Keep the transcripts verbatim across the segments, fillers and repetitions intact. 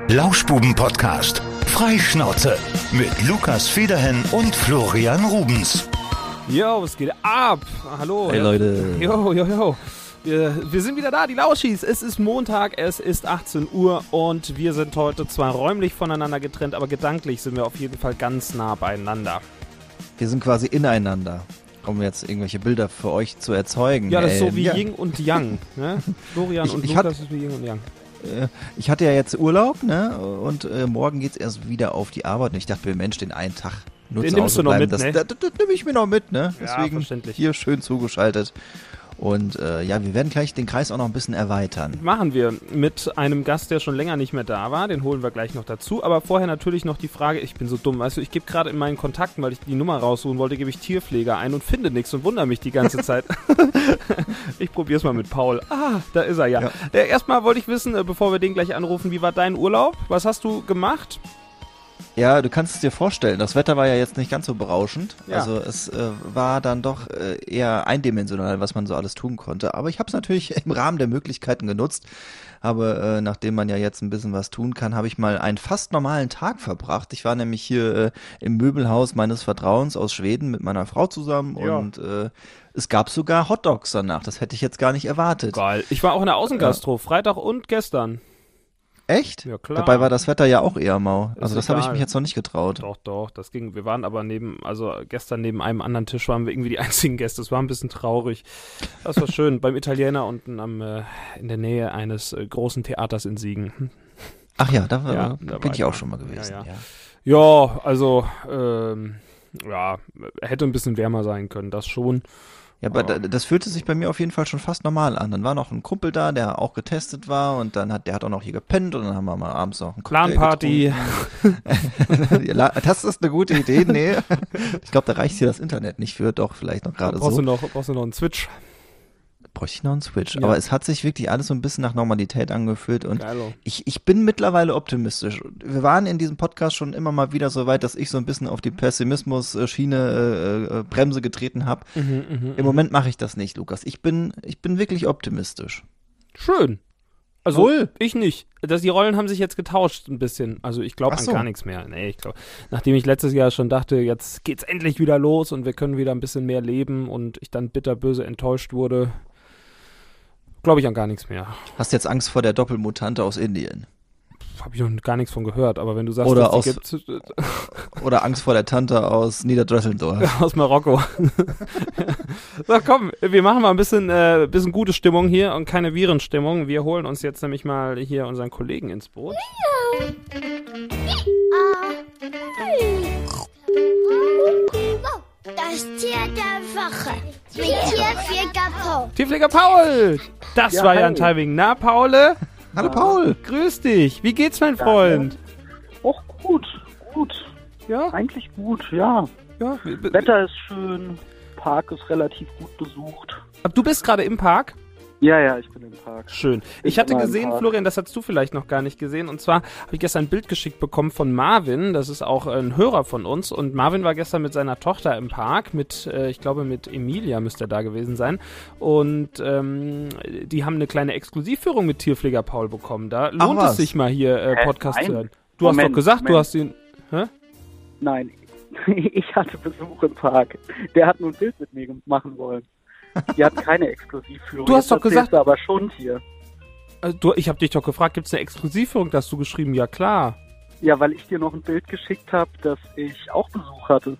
Lauschbuben-Podcast. Freischnauze. Mit Lukas Federhen und Florian Rubens. Jo, was geht ab? Hallo. Hey Leute. Jo, jo, jo. Wir, wir sind wieder da, die Lauschis. Es ist Montag, es ist achtzehn Uhr und wir sind heute zwar räumlich voneinander getrennt, aber gedanklich sind wir auf jeden Fall ganz nah beieinander. Wir sind quasi ineinander, um jetzt irgendwelche Bilder für euch zu erzeugen. Ja, das ist so ähm, wie ja. Yin und Yang. Ne? Florian Ich- und ich Lukas hat- ist wie Yin und Yang. Äh, Ich hatte ja jetzt Urlaub, ne? Und äh, morgen geht's erst wieder auf die Arbeit. Und ich dachte mir, Mensch, den einen Tag nur Den zu nimmst Hause du noch bleiben, mit, das, ne? das, das, das nehme ich mir noch mit, ne? Ja, Deswegen verständlich. hier schön zugeschaltet. Und äh, ja, wir werden gleich den Kreis auch noch ein bisschen erweitern. Machen wir mit einem Gast, der schon länger nicht mehr da war. Den holen wir gleich noch dazu. Aber vorher natürlich noch die Frage, ich bin so dumm, weißt du, ich gebe gerade in meinen Kontakten, weil ich die Nummer raussuchen wollte, gebe ich Tierpfleger ein und finde nichts und wundere mich die ganze Zeit. Ich probiere es mal mit Paul. Ah, da ist er ja. Ja. Äh, erstmal wollte ich wissen, äh, bevor wir den gleich anrufen, wie war dein Urlaub? Was hast du gemacht? Ja, du kannst es dir vorstellen, das Wetter war ja jetzt nicht ganz so berauschend. Ja. Also es äh, war dann doch äh, eher eindimensional, was man so alles tun konnte. Aber ich habe es natürlich im Rahmen der Möglichkeiten genutzt. Habe, äh, nachdem man ja jetzt ein bisschen was tun kann, habe ich mal einen fast normalen Tag verbracht. Ich war nämlich hier äh, im Möbelhaus meines Vertrauens aus Schweden mit meiner Frau zusammen Ja. und äh, es gab sogar Hotdogs danach. Das hätte ich jetzt gar nicht erwartet. Geil. Ich war auch in der Außengastro, Freitag und gestern. Echt? Ja, klar. Dabei war das Wetter ja auch eher mau. Ist Also das habe ich egal. mich jetzt noch nicht getraut. Doch, doch, das ging. Wir waren aber neben, also gestern neben einem anderen Tisch waren wir irgendwie die einzigen Gäste. Es war ein bisschen traurig. Das war schön. Beim Italiener unten am, äh, in der Nähe eines äh, großen Theaters in Siegen. Ach ja, da, Ja, äh, da war bin ich ich auch mal. schon mal gewesen. Ja, ja. Ja. Ja, also, ähm, ja, hätte ein bisschen wärmer sein können, das schon. Ja, aber Ja. da- das fühlte sich bei mir auf jeden Fall schon fast normal an. Dann war noch ein Kumpel da, der auch getestet war und dann hat der hat auch noch hier gepennt und dann haben wir mal abends noch einen Cocktail LAN-Party. getrunken. Ja, la- das ist eine gute Idee, nee. Ich glaube, da reicht hier das Internet nicht für, doch vielleicht noch gerade Brauchst, so. du noch, brauchst du noch einen Switch? Bräuchte ich noch einen Switch. Ja. Aber es hat sich wirklich alles so ein bisschen nach Normalität angefühlt und Geilo. ich, ich bin mittlerweile optimistisch. Wir waren in diesem Podcast schon immer mal wieder so weit, dass ich so ein bisschen auf die Pessimismus-Schiene äh, äh, Bremse getreten habe. Mhm, mhm, Im Moment mache ich das nicht, Lukas. Ich bin, ich bin wirklich optimistisch. Schön. Also Wohl. ich nicht. Das, die Rollen haben sich jetzt getauscht ein bisschen. Also ich glaube Ach an so. gar nichts mehr. Nee, ich glaube, nachdem ich letztes Jahr schon dachte, jetzt geht's endlich wieder los und wir können wieder ein bisschen mehr leben und ich dann bitterböse enttäuscht wurde, glaube ich an gar nichts mehr. Hast jetzt Angst vor der Doppelmutante aus Indien? Habe ich noch gar nichts von gehört. Aber wenn du sagst, Oder dass die aus- gibt, Oder Angst vor der Tante aus Niederdrösseldorf? aus Marokko. So, komm, wir machen mal ein bisschen, äh, bisschen gute Stimmung hier und keine Virenstimmung. Wir holen uns jetzt nämlich mal hier unseren Kollegen ins Boot. Das Tier der Woche mit Tierpfleger Paul. Tierpfleger Paul! Das Ja, war ja ein hi. Timing. Na, Paul? Hallo Paul! Grüß dich. Wie geht's, mein Freund? Och, gut, gut. Ja, Eigentlich gut, ja. ja. Wetter ist schön, Park ist relativ gut besucht. Du bist gerade im Park? Ja, ja, ich bin im Park. Schön. Ich Ich hatte war im gesehen, Park. Florian, das hast du vielleicht noch gar nicht gesehen. Und zwar habe ich gestern ein Bild geschickt bekommen von Marvin. Das ist auch ein Hörer von uns. Und Marvin war gestern mit seiner Tochter im Park. Mit, äh, ich glaube, mit Emilia müsste er da gewesen sein. Und ähm, die haben eine kleine Exklusivführung mit Tierpfleger Paul bekommen. Da lohnt es was? sich mal hier äh, Hä? Podcast Nein. zu hören. Du hast Moment, doch gesagt, du Moment. hast ihn... Hä? Nein, ich hatte Besuch im Park. Der hat nur ein Bild mit mir machen wollen. Die hatten keine Exklusivführung. Du hast Jetzt doch erzählst gesagt- du aber schon hier. Also, du, ich habe dich doch gefragt, gibt es eine Exklusivführung? Da hast du geschrieben, ja klar. Ja, weil ich dir noch ein Bild geschickt habe, dass ich auch Besuch hatte.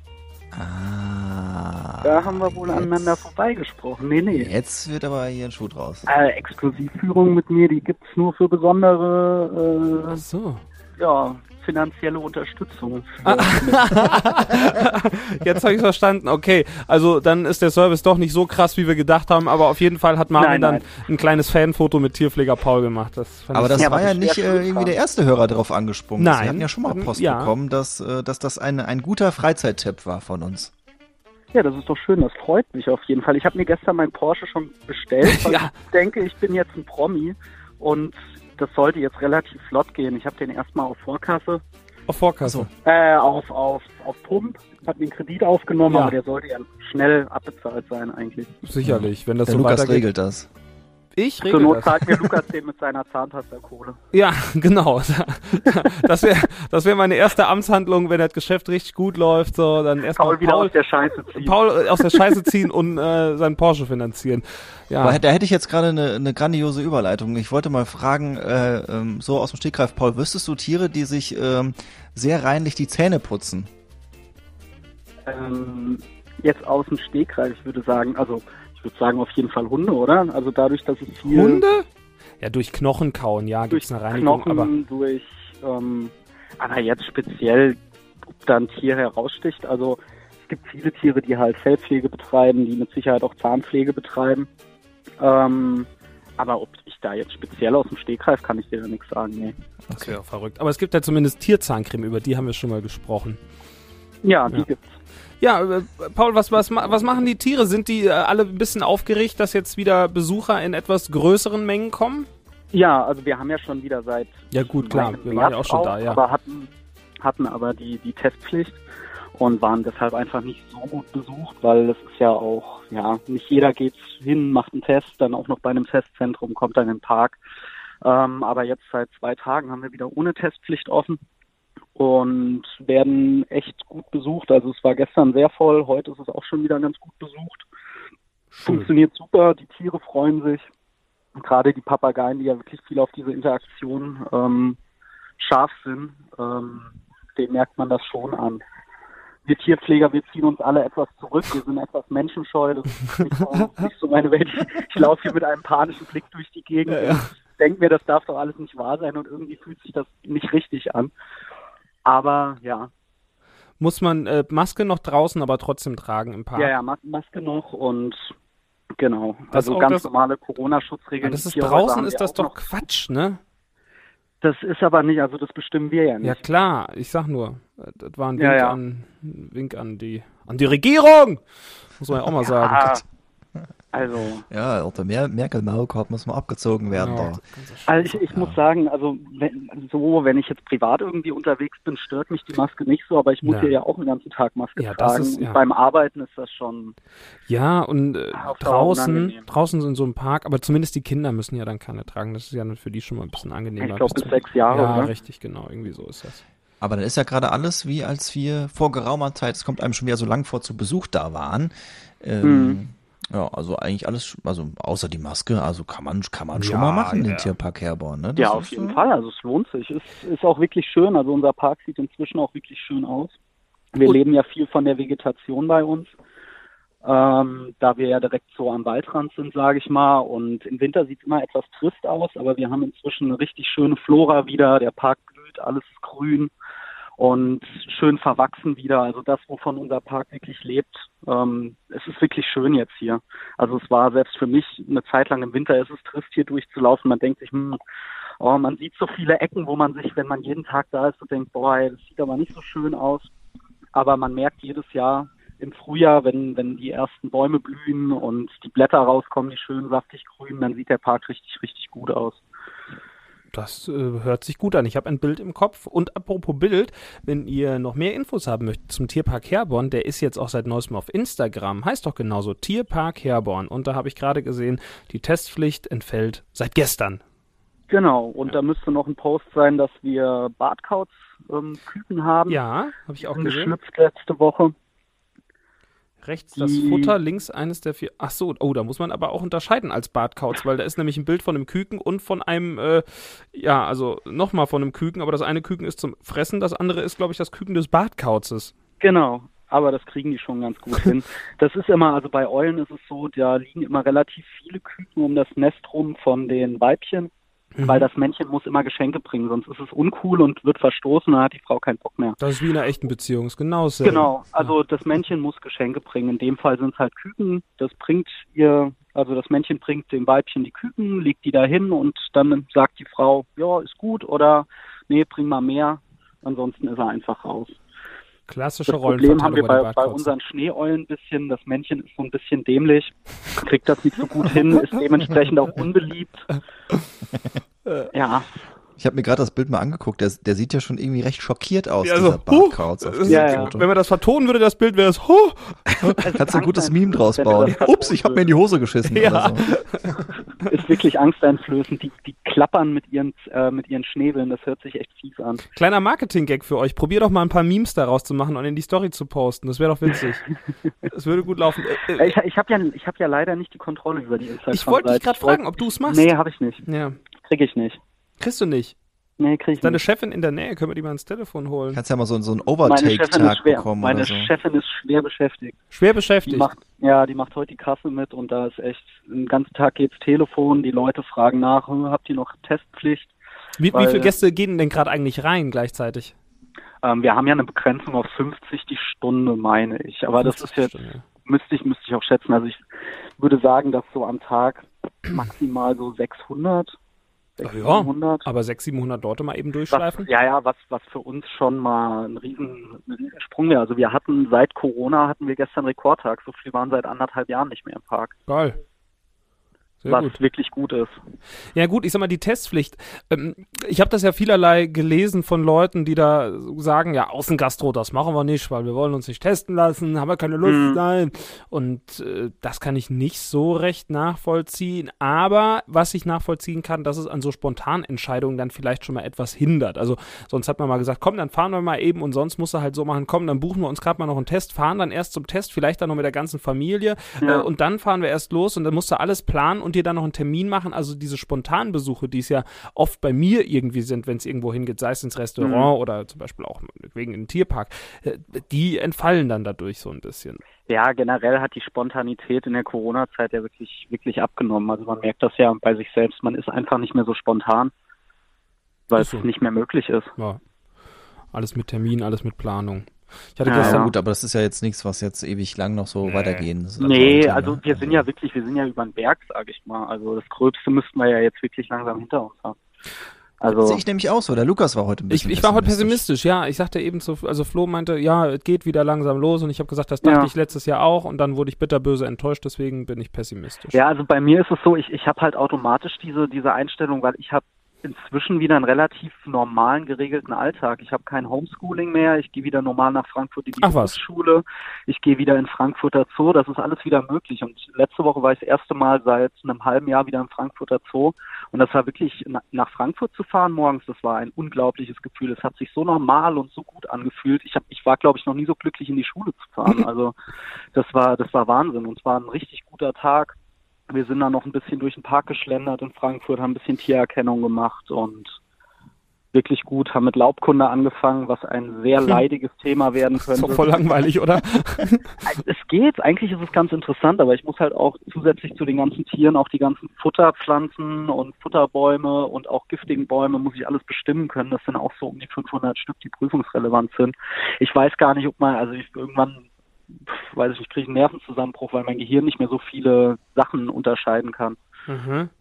Ah. Da haben wir wohl jetzt, aneinander vorbeigesprochen. Nee, nee. Jetzt wird aber hier ein Schuh draus. Äh, Exklusivführung mit mir, die gibt's nur für besondere, Ach so. äh, ja, finanzielle Unterstützung. Für Ah. Jetzt habe ich verstanden. Okay, also dann ist der Service doch nicht so krass, wie wir gedacht haben, aber auf jeden Fall hat Marvin Nein, dann nein. ein kleines Fanfoto mit Tierpfleger Paul gemacht. Das fand Aber ich das Ja, war aber ja das nicht wär äh, schön irgendwie der dran. erste Hörer drauf angesprungen. Nein. Wir hatten ja schon mal Post Ja. bekommen, dass, äh, dass das ein, ein guter Freizeittipp war von uns. Ja, das ist doch schön, das freut mich auf jeden Fall. Ich habe mir gestern mein Porsche schon bestellt, weil Ja. ich denke, ich bin jetzt ein Promi und das sollte jetzt relativ flott gehen. Ich habe den erstmal auf Vorkasse, auf Vorkasse. äh, auf, auf, auf Pump, habe den Kredit aufgenommen, Ja. aber der sollte ja schnell abbezahlt sein eigentlich. Sicherlich, wenn das Der so Lukas weitergeht. regelt das. Ich Zur regel Not das. zahlt mir Lukas den mit seiner Zahnpasta-Kohle. Ja, genau. Das wäre das wär meine erste Amtshandlung, wenn das Geschäft richtig gut läuft. So, dann erstmal Paul wieder aus der Scheiße ziehen. Paul aus der Scheiße ziehen und äh, seinen Porsche finanzieren. Ja. Aber da hätte ich jetzt gerade eine, eine grandiose Überleitung. Ich wollte mal fragen, äh, ähm, so aus dem Stegreif, Paul, wüsstest du Tiere, die sich ähm, sehr reinlich die Zähne putzen? Ähm, jetzt aus dem Stegreif, ich würde sagen, also ich würde sagen auf jeden Fall Hunde, oder? Also dadurch, dass es viel Hunde? Ja, durch Knochen kauen, ja, durch gibt's eine Reinigung, Knochen, aber durch, ähm, aber jetzt speziell, ob da ein Tier heraussticht, also es gibt viele Tiere, die halt Fellpflege betreiben, die mit Sicherheit auch Zahnpflege betreiben, ähm, aber ob ich da jetzt speziell aus dem Stegreif, kann ich dir da nichts sagen, nee. das wäre verrückt. Aber es gibt ja zumindest Tierzahncreme, über die haben wir schon mal gesprochen. Ja, die Ja. gibt's. Ja, äh, Paul, was, was, ma- was machen die Tiere? Sind die äh, alle ein bisschen aufgeregt, dass jetzt wieder Besucher in etwas größeren Mengen kommen? Ja, also wir haben ja schon wieder seit Ja gut, klar, Mai, wir waren ja auch März schon da, ja. aber hatten, hatten aber die, die Testpflicht und waren deshalb einfach nicht so gut besucht, weil es ist ja auch, ja, nicht jeder geht hin, macht einen Test, dann auch noch bei einem Testzentrum, kommt dann in den Park. Ähm, aber jetzt seit zwei Tagen haben wir wieder ohne Testpflicht offen und werden echt gut besucht. Also es war gestern sehr voll, heute ist es auch schon wieder ganz gut besucht. Schön. Funktioniert super, die Tiere freuen sich. Und gerade die Papageien, die ja wirklich viel auf diese Interaktion ähm, scharf sind, ähm, dem merkt man das schon an. Wir Tierpfleger, wir ziehen uns alle etwas zurück, wir sind etwas menschenscheu, das ist nicht so, nicht so meine Welt. Ich, ich laufe hier mit einem panischen Blick durch die Gegend Ja, ja. und denke mir, das darf doch alles nicht wahr sein und irgendwie fühlt sich das nicht richtig an. Aber ja, Muss man äh, Maske noch draußen, aber trotzdem tragen im Park? ja, ja, Mas- Maske noch und genau, Das also auch ganz das- normale Aber Corona-Schutzregeln. das Die ist Tierhäuser draußen haben ist wir das auch doch noch. Quatsch, ne? Das ist aber nicht, also das bestimmen wir ja nicht. Ja klar, ich sag nur, äh, das war ein Wink, Ja, ja. An, ein Wink an die an die Regierung! Muss man ja auch mal sagen. Ah, also, Ja, oder Mer Merkel-Maulkorb muss mal abgezogen werden. Ja. Da. also ich, ich muss sagen, also wenn, so, wenn ich jetzt privat irgendwie unterwegs bin, stört mich die Maske nicht so, aber ich muss Ja. hier ja auch den ganzen Tag Maske Ja, das tragen. ist- ja. Und beim Arbeiten ist das schon, Ja, und äh, Auf Dauer draußen, unangenehm. draußen in so einem Park, aber zumindest die Kinder müssen ja dann keine tragen. Das ist ja dann für die schon mal ein bisschen angenehmer. ich glaube, bis zum- sechs Jahre. Ja, ne? richtig, genau, irgendwie so ist das. Aber dann ist ja gerade alles wie als wir vor geraumer Zeit, es kommt einem schon wieder so lang vor, zu Besuch da waren. Ähm, Mhm. Ja, also eigentlich alles, also außer die Maske, also kann man, kann man schon Ja, mal machen, den ja. Tierpark Herborn, ne? Das Ja, auf ist, jeden äh, Fall. Also es lohnt sich. Es ist auch wirklich schön. Also unser Park sieht inzwischen auch wirklich schön aus. Wir Und- leben ja viel von der Vegetation bei uns, ähm, da wir ja direkt so am Waldrand sind, sage ich mal. Und im Winter sieht es immer etwas trist aus, aber wir haben inzwischen eine richtig schöne Flora wieder. Der Park blüht, alles ist grün und schön verwachsen wieder. Also das, wovon unser Park wirklich lebt. Ähm, es ist wirklich schön jetzt hier. Also es war selbst für mich eine Zeit lang im Winter, ist es trist hier durchzulaufen. Man denkt sich, hm, oh, man sieht so viele Ecken, wo man sich, wenn man jeden Tag da ist, so denkt, boah, ey, das sieht aber nicht so schön aus. Aber man merkt jedes Jahr im Frühjahr, wenn, wenn die ersten Bäume blühen und die Blätter rauskommen, die schön saftig grün, dann sieht der Park richtig, richtig gut aus. Das äh, hört sich gut an. Ich habe ein Bild im Kopf. Und apropos Bild, wenn ihr noch mehr Infos haben möchtet zum Tierpark Herborn, der ist jetzt auch seit neuestem auf Instagram. Heißt doch genauso, Tierpark Herborn. Und da habe ich gerade gesehen, die Testpflicht entfällt seit gestern. Genau, und Ja. da müsste noch ein Post sein, dass wir Bartkauz ähm, Küken haben. Ja, habe ich auch Sind gesehen. geschlüpft letzte Woche. Rechts das Die- Futter, links eines der vier. Ach so, oh, da muss man aber auch unterscheiden als Bartkauz, weil da ist nämlich ein Bild von einem Küken und von einem, äh, ja, also nochmal von einem Küken, aber das eine Küken ist zum Fressen, das andere ist, glaube ich, das Küken des Bartkauzes. Genau, aber das kriegen die schon ganz gut hin. Das ist immer, also bei Eulen ist es so, da liegen immer relativ viele Küken um das Nest rum von den Weibchen, Mhm. weil das Männchen muss immer Geschenke bringen, sonst ist es uncool und wird verstoßen, dann hat die Frau keinen Bock mehr. Das ist wie in einer echten Beziehung, ist genau dasselbe. Genau, also das Männchen muss Geschenke bringen. In dem Fall sind es halt Küken. Das bringt ihr, also das Männchen bringt dem Weibchen die Küken, legt die da hin und dann sagt die Frau, ja, ist gut oder nee, bring mal mehr. Ansonsten ist er einfach raus. Klassische Das Problem haben Rollenverteilung wir bei, bei, der bei Bartkauze. unseren Schneeeulen ein bisschen. Das Männchen ist so ein bisschen dämlich, kriegt das nicht so gut hin, ist dementsprechend auch unbeliebt. Ja, Ich habe mir gerade das Bild mal angeguckt, der, der sieht ja schon irgendwie recht schockiert aus, Ja, dieser so, Bartkauz auf diesem ja, ja. Foto. Wenn man das vertonen würde, das Bild wäre es, huh. Kannst du ein gutes Meme draus bauen. Ups, ich habe mir in die Hose geschissen Ja. oder so. Ist wirklich angsteinflößend. Die, die klappern mit ihren, äh, mit ihren Schnäbeln, das hört sich echt fies an. Kleiner Marketing-Gag für euch. Probier doch mal ein paar Memes daraus zu machen und in die Story zu posten. Das wäre doch witzig. Das würde gut laufen. Äh, äh, Ich, ich habe ja, ich hab ja leider nicht die Kontrolle über die Instagram. ich wollte dich gerade fragen, ob du es machst. Nee, habe ich nicht. Ja. Krieg ich nicht. Kriegst du nicht. Nee, krieg ich Deine nicht. Chefin in der Nähe, können wir die mal ins Telefon holen. Kannst ja mal so, so einen Meine Chefin ist Overtake-Tag schwer. bekommen Meine oder so. Chefin ist schwer beschäftigt. Schwer Die beschäftigt. macht, ja, die macht heute die Kasse mit und da ist echt, den ganzen Tag geht's Telefon, die Leute fragen nach, hm, habt ihr noch Testpflicht? Wie, wie weil- viele Gäste gehen denn gerade eigentlich rein gleichzeitig? Ähm, wir haben ja eine Begrenzung auf fünfzig die Stunde, meine ich. Aber das ist jetzt, Stunden, ja. müsste ich, müsste ich auch schätzen. Also ich würde sagen, dass so am Tag maximal so sechshundert, Ja, sechshundert. aber sechshundert, siebenhundert Leute mal eben Was, durchschleifen? ja, ja, was, was für uns schon mal ein riesen, ein riesen Sprung wäre. Also wir hatten seit Corona hatten wir gestern Rekordtag. So viel waren seit anderthalb Jahren nicht mehr im Park. Geil. Sehr was gut. wirklich gut ist. Ja gut, ich sag mal, die Testpflicht. Ähm, ich habe das ja vielerlei gelesen von Leuten, die da sagen, ja, Außengastro, das machen wir nicht, weil wir wollen uns nicht testen lassen, haben wir keine Lust, Mhm. nein. Und äh, das kann ich nicht so recht nachvollziehen. Aber was ich nachvollziehen kann, dass es an so spontanen Entscheidungen dann vielleicht schon mal etwas hindert. Also sonst hat man mal gesagt, komm, dann fahren wir mal eben und sonst muss er halt so machen, komm, dann buchen wir uns gerade mal noch einen Test, fahren dann erst zum Test, vielleicht dann noch mit der ganzen Familie Ja. äh, und dann fahren wir erst los und dann musst du alles planen und dir dann noch einen Termin machen. Also diese spontanen Besuche, die es ja oft bei mir irgendwie sind, wenn es irgendwo hingeht, sei es ins Restaurant Mhm. oder zum Beispiel auch wegen in den Tierpark, äh, die entfallen dann dadurch so ein bisschen. Ja, generell hat die Spontanität in der Corona-Zeit ja wirklich, wirklich abgenommen. Also man merkt das ja bei sich selbst, man ist einfach nicht mehr so spontan, weil Ist so. es nicht mehr möglich ist. Ja. Alles mit Termin, alles mit Planung. Ich hatte Ja, Ja, gestern gut, aber das ist ja jetzt nichts, was jetzt ewig lang noch so Nee. weitergehen soll. Nee, sollte, also ne? wir sind ja wirklich, wir sind ja über den Berg, sage ich mal. Also das Gröbste müssten wir ja jetzt wirklich langsam hinter uns haben. Also Sehe ich nämlich auch so. Der Lukas war heute ein Ich, bisschen ich war heute pessimistisch, ja. Ich sagte eben zu, also Flo meinte, ja, es geht wieder langsam los und ich habe gesagt, das dachte Ja. ich letztes Jahr auch und dann wurde ich bitterböse enttäuscht, deswegen bin ich pessimistisch. ja, also bei mir ist es so, ich, ich habe halt automatisch diese, diese Einstellung, weil ich habe inzwischen wieder einen relativ normalen, geregelten Alltag. Ich habe kein Homeschooling mehr, ich gehe wieder normal nach Frankfurt in die Ach was. Schule, ich gehe wieder in Frankfurter Zoo, das ist alles wieder möglich. Und letzte Woche war ich das erste Mal seit einem halben Jahr wieder im Frankfurter Zoo und das war wirklich, na, nach Frankfurt zu fahren morgens, das war ein unglaubliches Gefühl. Es hat sich so normal und so gut angefühlt. Ich, hab, ich war, glaube ich, noch nie so glücklich, in die Schule zu fahren. Also das war, das war Wahnsinn und es war ein richtig guter Tag. Wir sind dann noch ein bisschen durch den Park geschlendert in Frankfurt, haben ein bisschen Tiererkennung gemacht und wirklich gut, haben mit Laubkunde angefangen, was ein sehr leidiges Thema werden Das ist könnte. doch voll langweilig, oder? Es geht, eigentlich ist es ganz interessant, aber ich muss halt auch zusätzlich zu den ganzen Tieren auch die ganzen Futterpflanzen und Futterbäume und auch giftigen Bäume muss ich alles bestimmen können. Das sind auch so um die fünfhundert Stück, die prüfungsrelevant sind. Ich weiß gar nicht, ob man, also ich irgendwann Pff, weiß ich nicht, kriege ich einen Nervenzusammenbruch, weil mein Gehirn nicht mehr so viele Sachen unterscheiden kann. Mhm.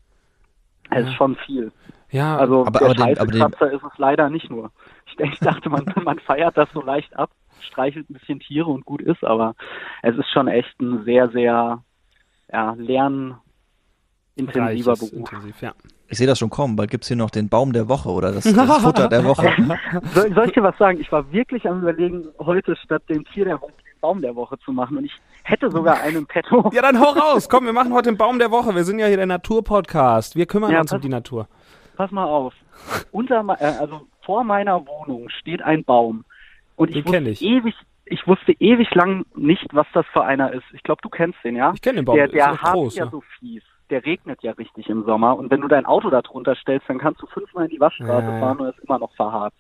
Es ist schon viel. Ja, Also aber- der aber den- aber den- Scheißekratzer ist es leider nicht nur. Ich, denk- ich dachte, man, man feiert das so leicht ab, streichelt ein bisschen Tiere und gut ist, aber es ist schon echt ein sehr, sehr ja, lernintensiver reiches, Beruf. intensiv, ja. Ich sehe das schon kommen. Bald gibt's hier noch den Baum der Woche oder das, das Futter der Woche. Soll, soll ich dir was sagen? Ich war wirklich am Überlegen, heute statt dem Tier der Woche den Baum der Woche zu machen und ich hätte sogar einen Petto. Ja, dann hau raus. Komm, wir machen heute den Baum der Woche. Wir sind ja hier der Naturpodcast. Wir kümmern Ja, uns um pass- die Natur. Pass mal auf. Unter, me- äh, also vor meiner Wohnung steht ein Baum und ich Den wusste kenn ich. ewig, ich wusste ewig lang nicht, was das für einer ist. Ich glaube, du kennst den, ja? Ich kenn den Baum, Der, der der ist echt hat groß, ja ja. so fies. Der regnet ja richtig im Sommer und wenn du dein Auto da drunter stellst, dann kannst du fünfmal in die Waschstraße Ja, ja. fahren und es ist immer noch verharzt.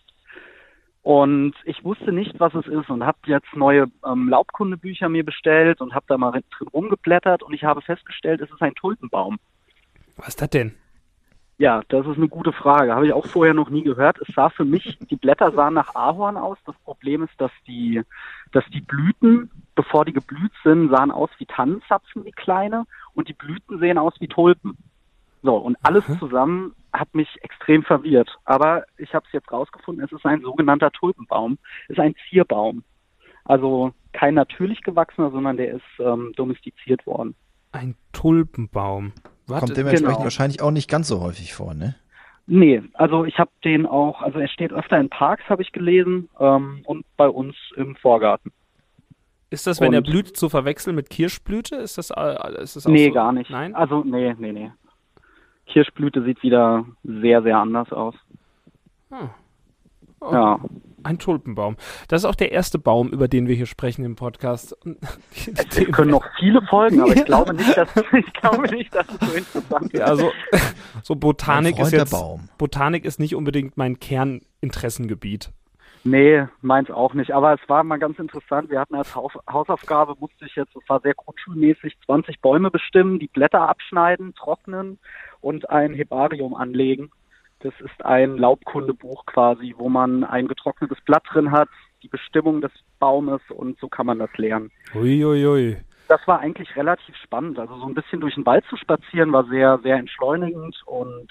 Und ich wusste nicht, was es ist und habe jetzt neue ähm, Laubkundebücher mir bestellt und habe da mal drin rumgeblättert und ich habe festgestellt, es ist ein Tulpenbaum. Was ist das denn? Ja, das ist eine gute Frage. Habe ich auch vorher noch nie gehört. Es sah für mich, die Blätter sahen nach Ahorn aus. Das Problem ist, dass die, dass die Blüten, bevor die geblüht sind, sahen aus wie Tannenzapfen, wie kleine, und die Blüten sehen aus wie Tulpen. So, und alles zusammen hat mich extrem verwirrt. Aber ich habe es jetzt rausgefunden, es ist ein sogenannter Tulpenbaum. Es ist ein Zierbaum. Also kein natürlich gewachsener, sondern der ist ähm, domestiziert worden. Ein Tulpenbaum. Was? Kommt dementsprechend Genau. wahrscheinlich auch nicht ganz so häufig vor, ne? Nee, also ich habe den auch, also er steht öfter in Parks, habe ich gelesen, ähm, und bei uns im Vorgarten. Ist das, wenn er Und- blüht, zu verwechseln mit Kirschblüte? Ist das, äh, ist das auch Nee, so? gar nicht. Nein? Also nee, nee, nee. Kirschblüte sieht wieder sehr, sehr anders aus. Ah. Oh. Ja. Ein Tulpenbaum. Das ist auch der erste Baum, über den wir hier sprechen im Podcast. Es können noch viele folgen, aber ich glaube nicht, dass ich glaube nicht, dass es so interessant ist. Ja, also so Botanik Mein ist Freund, jetzt der Baum. Botanik ist nicht unbedingt mein Kerninteressengebiet. Nee, meins auch nicht. Aber es war mal ganz interessant. Wir hatten als Haus Hausaufgabe, musste ich jetzt, das war sehr grundschulmäßig, zwanzig Bäume bestimmen, die Blätter abschneiden, trocknen und ein Herbarium anlegen. Das ist ein Laubkundebuch quasi, wo man ein getrocknetes Blatt drin hat, die Bestimmung des Baumes und so kann man das lernen. Uiuiui. Ui, ui. Das war eigentlich relativ spannend. Also so ein bisschen durch den Wald zu spazieren war sehr, sehr entschleunigend und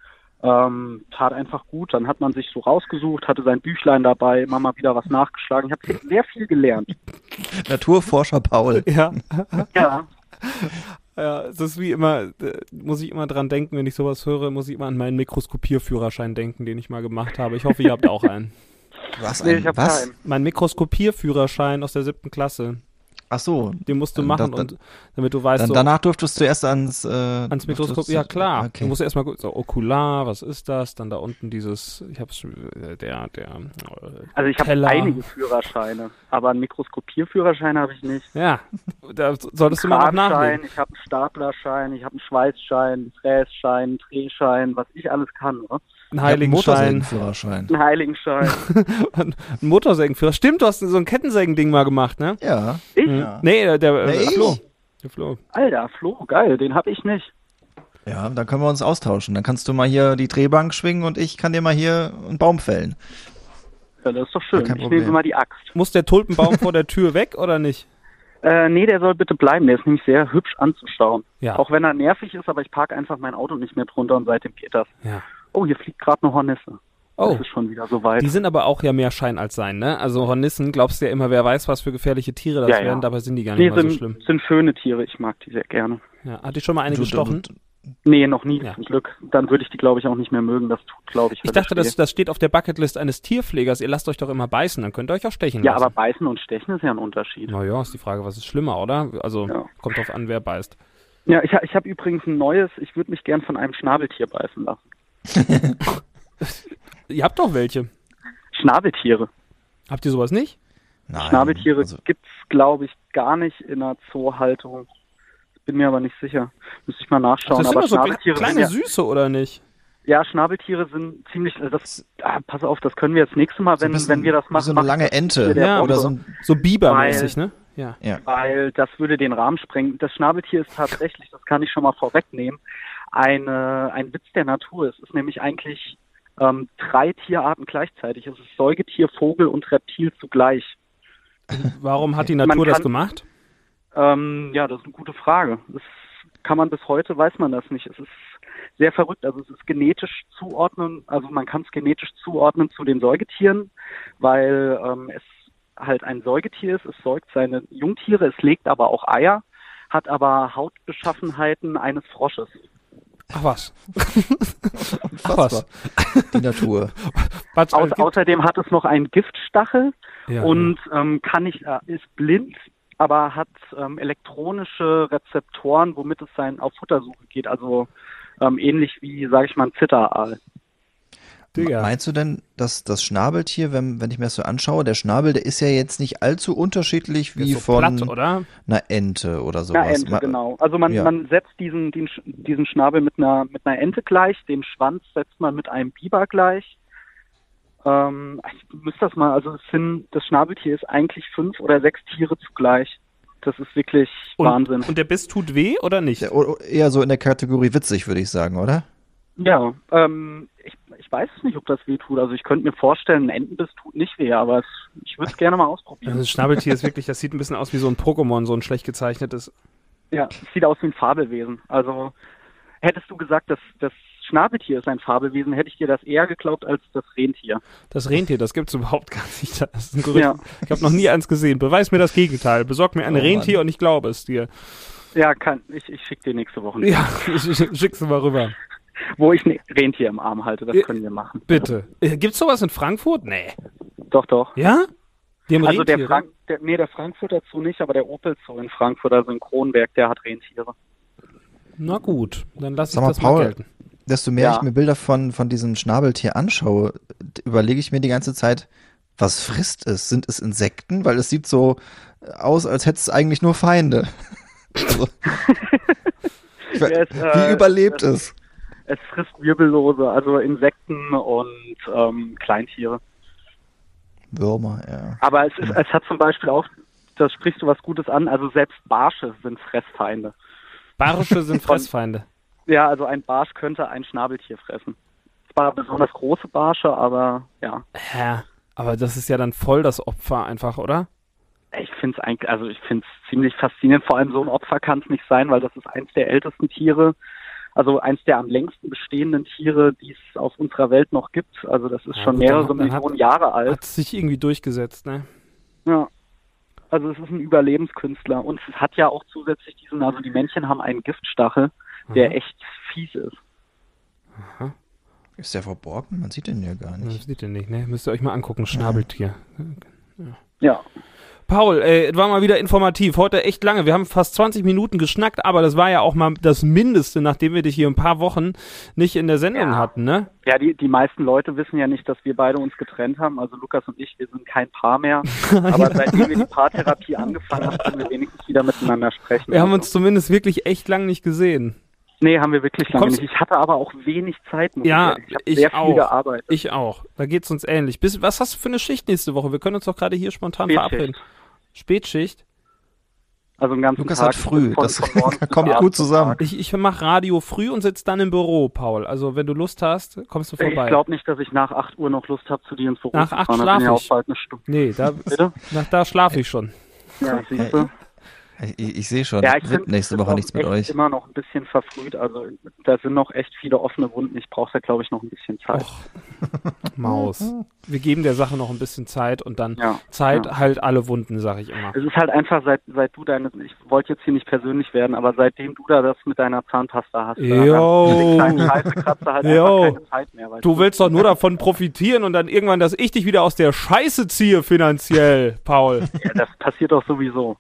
ähm, tat einfach gut. Dann hat man sich so rausgesucht, hatte sein Büchlein dabei, immer mal wieder was nachgeschlagen. Ich habe sehr viel gelernt. Naturforscher Paul. Ja. Ja. Ja, es ist wie immer, äh, muss ich immer dran denken, wenn ich sowas höre, muss ich immer an meinen Mikroskopierführerschein denken, den ich mal gemacht habe. Ich hoffe, ihr habt auch einen. Was? Nee, Ein, ich hab was? keinen. Mein Mikroskopierführerschein aus der siebten Klasse. Ach so. Den musst du Ähm, machen, das- und damit du weißt, Dann, so danach durftest du erst ans, äh, ans Mikroskop, durftest- ja klar. Du Okay. musst erstmal gucken, so Okular, was ist das? Dann da unten dieses, ich hab's schon, äh, der, der, äh, Also ich habe Teller. einige Führerscheine, aber einen Mikroskopierführerschein habe ich nicht. Ja, da solltest du mal noch Kranschein, nachlegen. ich habe einen Staplerschein, ich habe einen Schweißschein, einen Frässchein, einen Drehschein, was ich alles kann. Ne? Einen Ich hab einen Heiligenschein, Motorsägenführerschein. Einen Heiligenschein. einen Motorsägenführer. Stimmt, du hast so ein Kettensägen-Ding mal gemacht, ne? Ja. Ich? Mhm. Ja. Nee, der, der, Nee, äh, ich? Flo. Der Flo. Alter, Flo, geil, den habe ich nicht. Ja, dann können wir uns austauschen. Dann kannst du mal hier die Drehbank schwingen und ich kann dir mal hier einen Baum fällen. Ja, das ist doch schön. Ja, kein Ich Problem. nehme immer die Axt. Muss der Tulpenbaum vor der Tür weg oder nicht? Äh, nee, der soll bitte bleiben. Der ist nämlich sehr hübsch anzuschauen. Ja. Auch wenn er nervig ist, aber ich parke einfach mein Auto nicht mehr drunter und seitdem geht das. Ja. Oh, hier fliegt gerade eine Hornisse. Oh. Das ist schon wieder soweit. Die sind aber auch ja mehr Schein als Sein, ne? Also Hornissen, glaubst du ja immer, wer weiß, was für gefährliche Tiere das Ja, ja. wären, dabei sind die gar nicht Nee, mal so sind, schlimm. sind schöne Tiere. Ich mag die sehr gerne. Ja. Hat dich schon mal eine Du- gestochen? du- Nee, noch nie, Ja. zum Glück. Dann würde ich die, glaube ich, auch nicht mehr mögen. Das tut, glaube ich, Ich höllisch dachte, das, weh. das steht auf der Bucketlist eines Tierpflegers. Ihr lasst euch doch immer beißen, dann könnt ihr euch auch stechen Ja, lassen. aber beißen und stechen ist ja ein Unterschied. Naja, ist die Frage, was ist schlimmer, oder? Also, Ja. kommt drauf an, wer beißt. Ja, ich, ha- ich habe übrigens ein neues. Ich würde mich gern von einem Schnabeltier beißen lassen. Ihr habt doch welche. Schnabeltiere. Habt ihr sowas nicht? Nein. Schnabeltiere Also, gibt's, glaube ich, gar nicht in einer Zoohaltung. Bin mir aber nicht sicher. Müsste ich mal nachschauen. das sind aber doch so kle- Schnabeltiere kleine sind Süße, oder nicht? ja, ja, Schnabeltiere sind ziemlich. äh, Das, ah, pass auf, das können wir jetzt nächstes Mal, so ein wenn, bisschen wenn wir das wie machen. so eine machen lange wir Ente der Ja, oder Woche. so ein, So Bibermäßig, ne? Ja. ja. Weil das würde den Rahmen sprengen. Das Schnabeltier ist tatsächlich, das kann ich schon mal vorwegnehmen, eine, ein Witz der Natur. Es ist nämlich eigentlich ähm, drei Tierarten gleichzeitig. Es ist Säugetier, Vogel und Reptil zugleich. Warum hat die Man Natur das kann- gemacht? Ähm, ja, das ist eine gute Frage. Das kann man bis heute, weiß man das nicht. Es ist sehr verrückt. Also es ist genetisch zuordnen, also man kann es genetisch zuordnen zu den Säugetieren, weil ähm, es halt ein Säugetier ist. Es säugt seine Jungtiere, es legt aber auch Eier, hat aber Hautbeschaffenheiten eines Frosches. Ach was. Ach Unfassbar. was. Die Natur. was Au gibt- außerdem hat es noch einen Giftstachel ja. und ähm, kann nicht, äh, ist blind, aber hat ähm, elektronische Rezeptoren, womit es sein auf Futtersuche geht. Also ähm, ähnlich wie, sage ich mal, ein Zitteraal. Digga. Meinst du denn, dass das Schnabeltier, wenn, wenn ich mir das so anschaue, der Schnabel, der ist ja jetzt nicht allzu unterschiedlich Der wie ist so von platt, oder? einer Ente oder Na, sowas? Ente, Ma- genau. Also man, ja. man setzt diesen, den, Sch- diesen Schnabel mit einer, mit einer Ente gleich, den Schwanz setzt man mit einem Biber gleich. Ähm, ich müsste das mal, also es sind, das Schnabeltier ist eigentlich fünf oder sechs Tiere zugleich. Das ist wirklich Und, Wahnsinn. und der Biss tut weh oder nicht? Ja, o- o- eher so in der Kategorie witzig, würde ich sagen, oder? Ja, ähm, ich, ich weiß es nicht, ob das weh tut. Also ich könnte mir vorstellen, ein Entenbiss tut nicht weh, aber es, ich würde es gerne mal ausprobieren. Also das Schnabeltier ist wirklich, das sieht ein bisschen aus wie so ein Pokémon, so ein schlecht gezeichnetes. Ja, es sieht aus wie ein Fabelwesen. Also hättest du gesagt, dass das Schnabeltier ist ein Fabelwesen, hätte ich dir das eher geglaubt als das Rentier. Das Rentier, das gibt's überhaupt gar nicht. Das ist ein Gerücht. Ja. Ich habe noch nie eins gesehen. Beweis mir das Gegenteil. Besorg mir ein Oh, Rentier Mann. und ich glaube es dir. Ja, kann, ich, ich schicke dir nächste Woche. Ja, ich, ich, schick's mal rüber. Wo ich ein Rentier im Arm halte, das können wir machen. Bitte. Äh, Gibt's sowas in Frankfurt? Nee. Doch, doch. Ja? Die haben Also der, Rentiere? Frank der, nee, der Frankfurter Zoo nicht, aber der Opel Zoo in Frankfurt, also in Kronberg, der hat Rentiere. Na gut, dann lass ich Sag mal, das Paul, mal gelten. desto mehr Ja. ich mir Bilder von, von diesem Schnabeltier anschaue, d- überlege ich mir die ganze Zeit, was frisst es? Sind es Insekten? Weil es sieht so aus, als hätte es eigentlich nur Feinde. Also, ich we- Ja, es, wie äh, überlebt es? Es frisst Wirbellose, also Insekten und ähm, Kleintiere. Würmer, ja. Aber es, ist, es hat zum Beispiel auch, da sprichst du was Gutes an, also selbst Barsche sind Fressfeinde. Barsche sind Fressfeinde. Ja, also ein Barsch könnte ein Schnabeltier fressen. Zwar besonders große Barsche, aber ja. Hä? Aber das ist ja dann voll das Opfer einfach, oder? Ich finde es eigentlich, also ich finde es ziemlich faszinierend. Vor allem so ein Opfer kann es nicht sein, weil das ist eins der ältesten Tiere, also eins der am längsten bestehenden Tiere, die es auf unserer Welt noch gibt. Also das ist Ja, schon gut, dann mehrere hat- dann Millionen hat- Jahre alt. Hat sich irgendwie durchgesetzt, ne? Ja. Also es ist ein Überlebenskünstler und es hat ja auch zusätzlich diesen, also die Männchen haben einen Giftstachel, der Aha. echt fies ist. Ist der verborgen? Man sieht den ja gar Das nicht. sieht ihr nicht, ne? Müsst ihr euch mal angucken, Schnabeltier. Ja. Paul, ey, es war mal wieder informativ. Heute echt lange. Wir haben fast zwanzig Minuten geschnackt, aber das war ja auch mal das Mindeste, nachdem wir dich hier ein paar Wochen nicht in der Sendung Ja. hatten, ne? Ja, die, die meisten Leute wissen ja nicht, dass wir beide uns getrennt haben. Also Lukas und ich, wir sind kein Paar mehr. Aber seitdem wir die Paartherapie angefangen haben, können wir wenigstens wieder miteinander sprechen. Wir haben Also, uns zumindest wirklich echt lang nicht gesehen. Nee, haben wir wirklich lange Kommst- nicht. Ich hatte aber auch wenig Zeit. Muss Ja, ich, ich habe ich sehr viel auch. gearbeitet. Ich auch. Da geht's uns ähnlich. Bis, was hast du für eine Schicht nächste Woche? Wir können uns doch gerade hier spontan Spätschicht. verabreden. Spätschicht? Also einen ganzen Lukas Tag. hat früh, von- das von morgens bis kommt abends. gut zusammen. Ich, ich mache Radio früh und sitze dann im Büro, Paul. Also wenn du Lust hast, kommst du Ich vorbei. glaube nicht, dass ich nach acht Uhr noch Lust habe, zu dir ins Büro Nach zu acht fahren. Da schlaf bin ich auch ich. bald eine Stunde. Nee, da, Bitte? nach, da schlafe ich schon. Ja, siehst du. Ich, ich sehe schon, Ja, es ich wird finde nächste Woche nichts mit echt euch. immer noch ein bisschen verfrüht. Also da sind noch echt viele offene Wunden. Ich brauche da, glaube ich, noch ein bisschen Zeit. Och, Maus. Wir geben der Sache noch ein bisschen Zeit und dann Ja, Zeit ja. halt alle Wunden, sag ich immer. Es ist halt einfach, seit, seit du deine, ich wollte jetzt hier nicht persönlich werden, aber seitdem du da das mit deiner Zahnpasta hast, da Jo. haben diese kleinen Scheißekratzer halt Jo. einfach keine Zeit mehr. Weißt Du willst doch nur davon profitieren und dann irgendwann, dass ich dich wieder aus der Scheiße ziehe finanziell, Paul. Ja, das passiert doch sowieso.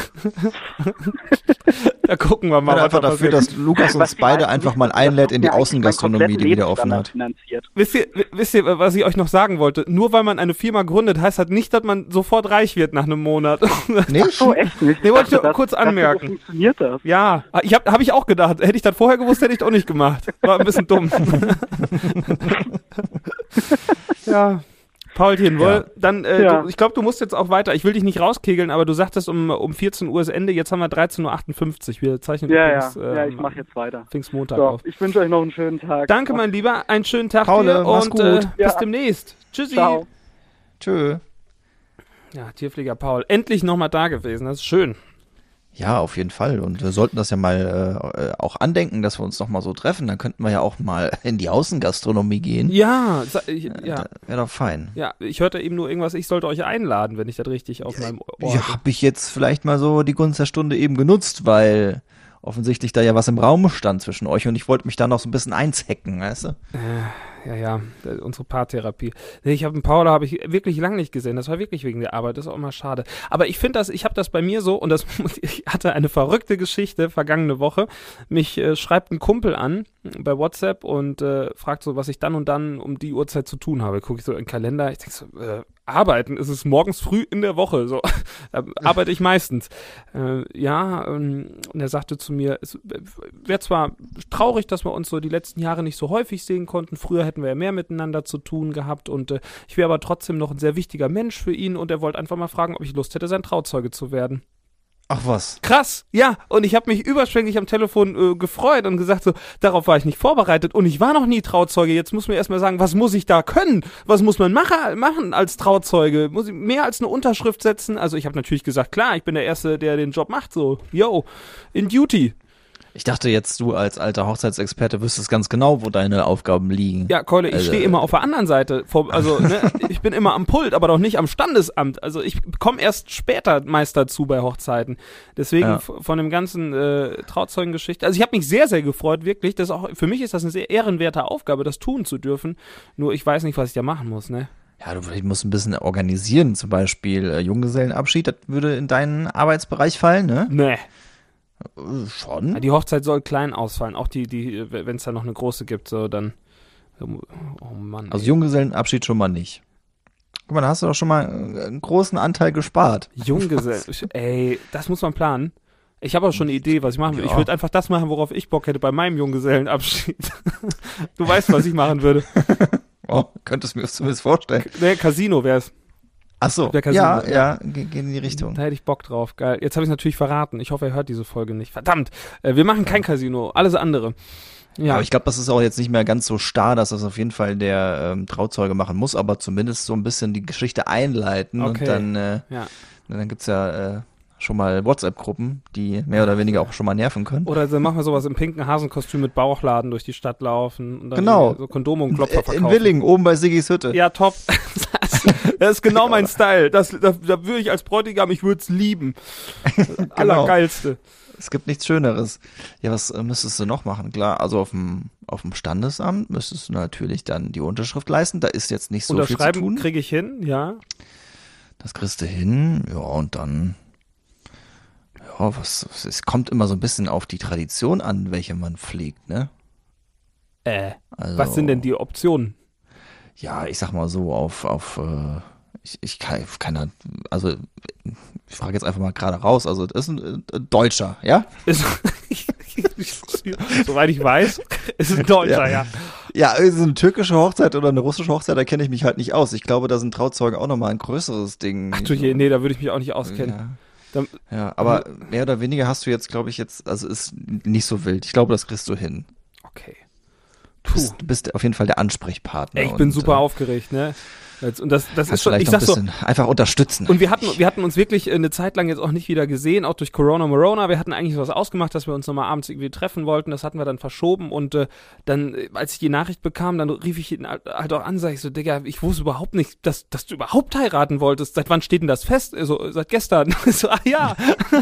Da gucken wir Ich mal, bin was einfach da dafür, passiert. dass Lukas uns Was die beide meisten einfach nicht mal wissen, das einlädt in die hat mir eigentlich Außengastronomie, meinen die wieder offen kompletten hat. Lebensstandard finanziert. Wisst ihr, w- wisst ihr, was ich euch noch sagen wollte? Nur weil man eine Firma gründet, heißt das nicht, dass man sofort reich wird nach einem Monat. Nicht? So, echt nicht? Nee, wollte ich dachte, nur kurz das- dachte, anmerken. So funktioniert das. Ja, ich hab, hab ich auch gedacht. Hätte ich das vorher gewusst, hätte ich das auch nicht gemacht. War ein bisschen dumm. Ja. Paulchen, wohl, Ja. dann, äh, Ja. du, ich glaube, du musst jetzt auch weiter. Ich will dich nicht rauskegeln, aber du sagtest um, um vierzehn Uhr ist Ende, jetzt haben wir dreizehn Uhr achtundfünfzig. Wir zeichnen Ja, ja, übrigens, ja, ähm, ich mache jetzt weiter. Pfingstmontag So, auf. ich wünsche euch noch einen schönen Tag. Danke, mein Lieber, einen schönen Tag Paul, dir mach's und Äh, gut. bis Ja. demnächst. Tschüssi. Ciao. Tschö. Ja, Tierpfleger Paul, endlich nochmal da gewesen, das ist schön. Ja, auf jeden Fall. Und wir sollten das ja mal äh, auch andenken, dass wir uns noch mal so treffen. Dann könnten wir ja auch mal in die Außengastronomie gehen. Ja, sa- ich, ja. Wäre doch fein. Ja, ich hörte eben nur irgendwas, ich sollte euch einladen, wenn ich das richtig auf meinem Ohr Ja, habe ich jetzt vielleicht mal so die Gunst der Stunde eben genutzt, weil offensichtlich da ja was im Raum stand zwischen euch und ich wollte mich da noch so ein bisschen einzecken, weißt du? Ja, ja, äh, unsere Paartherapie. Nee, Ich habe einen Paula habe ich wirklich lange nicht gesehen. Das war wirklich wegen der Arbeit. Das ist auch immer schade. Aber ich finde das, ich habe das bei mir so und das, ich hatte eine verrückte Geschichte vergangene Woche. Mich äh, schreibt ein Kumpel an bei WhatsApp und äh, fragt so, was ich dann und dann um die Uhrzeit zu tun habe. Gucke ich so in den Kalender. Ich denke so, äh, arbeiten ist es morgens früh in der Woche. So da arbeite ich meistens. Äh, ja, ähm, und er sagte zu mir, es wäre zwar traurig, dass wir uns so die letzten Jahre nicht so häufig sehen konnten. Früher hätten wir ja mehr miteinander zu tun gehabt und äh, ich wäre aber trotzdem noch ein sehr wichtiger Mensch für ihn und er wollte einfach mal fragen, ob ich Lust hätte, sein Trauzeuge zu werden. Ach was. Krass, ja, und ich habe mich überschwänglich am Telefon äh, gefreut und gesagt so, darauf war ich nicht vorbereitet und ich war noch nie Trauzeuge. Jetzt muss man erstmal sagen, was muss ich da können? Was muss man macha- machen als Trauzeuge? Muss ich mehr als eine Unterschrift setzen? Also ich habe natürlich gesagt, klar, ich bin der Erste, der den Job macht, so, yo, in Duty. Ich dachte jetzt, du als alter Hochzeitsexperte wüsstest ganz genau, wo deine Aufgaben liegen. Ja, Keule, ich Also- stehe immer auf der anderen Seite. Vor, also, ne, ich bin immer am Pult, aber doch nicht am Standesamt. Also ich komme erst später meist dazu bei Hochzeiten. Deswegen Ja. f- von dem ganzen äh, Trauzeugengeschichte. Also ich habe mich sehr, sehr gefreut, wirklich. Das ist auch, für mich ist das eine sehr ehrenwerte Aufgabe, das tun zu dürfen. Nur ich weiß nicht, was ich da machen muss, ne? Ja, du vielleicht musst ein bisschen organisieren, zum Beispiel äh, Junggesellenabschied, das würde in deinen Arbeitsbereich fallen, ne? Nee. Äh, Schon. Die Hochzeit soll klein ausfallen. Auch die, die, wenn es da noch eine große gibt, so dann. Oh Mann. Also ey. Junggesellenabschied schon mal nicht. Guck mal, da hast du doch schon mal äh, einen großen Anteil gespart. Junggesellen. Ey, das muss man planen. Ich habe auch schon eine Idee, was ich machen würde. Ja. Ich würde einfach das machen, worauf ich Bock hätte bei meinem Junggesellenabschied. Du weißt, was ich machen würde. Oh, könntest du mir das zumindest vorstellen. Nee, Casino wär's. Ach so, Der Casino, ja, ja. ja, ge- geht in die Richtung. Da hätte ich Bock drauf. Geil. Jetzt habe ich es natürlich verraten. Ich hoffe, er hört diese Folge nicht. Verdammt. Äh, wir machen kein Casino. Alles andere. Ja. Aber ich glaube, das ist auch jetzt nicht mehr ganz so starr, dass das auf jeden Fall der ähm, Trauzeuge machen muss, aber zumindest so ein bisschen die Geschichte einleiten Okay. und dann, äh, ja. dann gibt's ja äh, schon mal WhatsApp-Gruppen, die mehr oder weniger auch schon mal nerven können. Oder dann machen wir sowas im pinken Hasenkostüm mit Bauchladen durch die Stadt laufen. Und dann Genau. irgendwie so Kondome und Klopfer Äh, verkaufen. In Willingen, oben bei Siggis Hütte. Ja, top. Das, das ist genau mein Style. Das, da, da würde ich als Bräutigam, ich würde es lieben. Genau. Allergeilste. Es gibt nichts Schöneres. Ja, was äh, müsstest du noch machen? Klar, also auf dem auf dem Standesamt müsstest du natürlich dann die Unterschrift leisten. Da ist jetzt nicht so viel zu Unterschreiben tun. kriege ich hin, ja. Das kriegst du hin. Ja, und dann ja, was, was es kommt immer so ein bisschen auf die Tradition an, welche man pflegt, ne? Äh, Also, was sind denn die Optionen? Ja, ich sag mal so auf auf äh, ich, ich kann keiner, also ich frage jetzt einfach mal gerade raus, also das ist ein äh, Deutscher, ja? Ist, soweit ich weiß, ist es ein Deutscher, ja. Ja, ist es eine türkische Hochzeit oder eine russische Hochzeit, da kenne ich mich halt nicht aus. Ich glaube, da sind Trauzeugen auch nochmal ein größeres Ding. Ach du je, nee, da würde ich mich auch nicht auskennen. Ja. Dann, Ja, aber mehr oder weniger hast du jetzt, glaube ich, jetzt, also ist nicht so wild. Ich glaube, das kriegst du hin. okay. Du bist, du bist auf jeden Fall der Ansprechpartner. Ey, ich bin und, super äh, aufgeregt, ne? Jetzt, und das, das ist kannst schon, vielleicht ich noch sag ein so, bisschen einfach unterstützen. und wir hatten, wir hatten uns wirklich eine Zeit lang jetzt auch nicht wieder gesehen, auch durch Corona Morona. Wir hatten eigentlich was ausgemacht, dass wir uns nochmal abends irgendwie treffen wollten. Das hatten wir dann verschoben und äh, dann, äh, als ich die Nachricht bekam, dann rief ich ihn halt halt auch an, sag ich so, Digga, ich wusste überhaupt nicht, dass, dass du überhaupt heiraten wolltest. Seit wann steht denn das fest? So, seit gestern. Ich so, ah ja.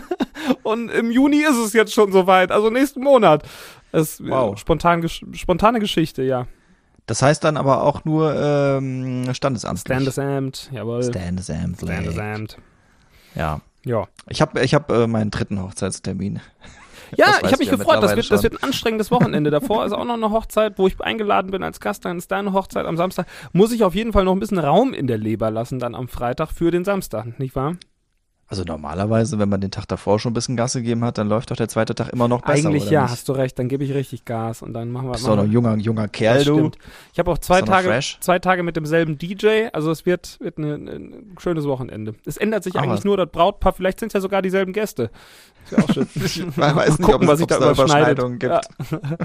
Und im Juni ist es jetzt schon soweit, also nächsten Monat. Das ist Wow. äh, spontan, gesch- spontane Geschichte, ja. Das heißt dann aber auch nur ähm, standesamtlich. Standesamt, jawohl. Standesamtlich. Standesamt. Ja. Ja. Ich habe ich hab, äh, meinen dritten Hochzeitstermin. Ja, Das ich weißt habe mich du ja gefreut. Das mittlerweile wird, das schon. wird ein anstrengendes Wochenende. Davor ist auch noch eine Hochzeit, wo ich eingeladen bin als Gast. Dann ist deine Hochzeit am Samstag. Muss ich auf jeden Fall noch ein bisschen Raum in der Leber lassen dann am Freitag für den Samstag, nicht wahr? Also normalerweise, wenn man den Tag davor schon ein bisschen Gas gegeben hat, dann läuft doch der zweite Tag immer noch besser. Eigentlich oder ja, nicht? hast du recht. Dann gebe ich richtig Gas und dann machen wir. Bist doch noch ein junger, junger Kerl, das du. stimmt. Ich habe auch zwei Bist doch noch Tage, fresh. zwei Tage mit demselben D J. Also es wird, wird eine, ein schönes Wochenende. Es ändert sich Ach, eigentlich was. nur das Brautpaar. Vielleicht sind es ja sogar dieselben Gäste. Ist ja auch schön. Ich weiß nicht, Gucken, ob was es, sich ob da es da überschneidet. Überschneidungen gibt. Ja,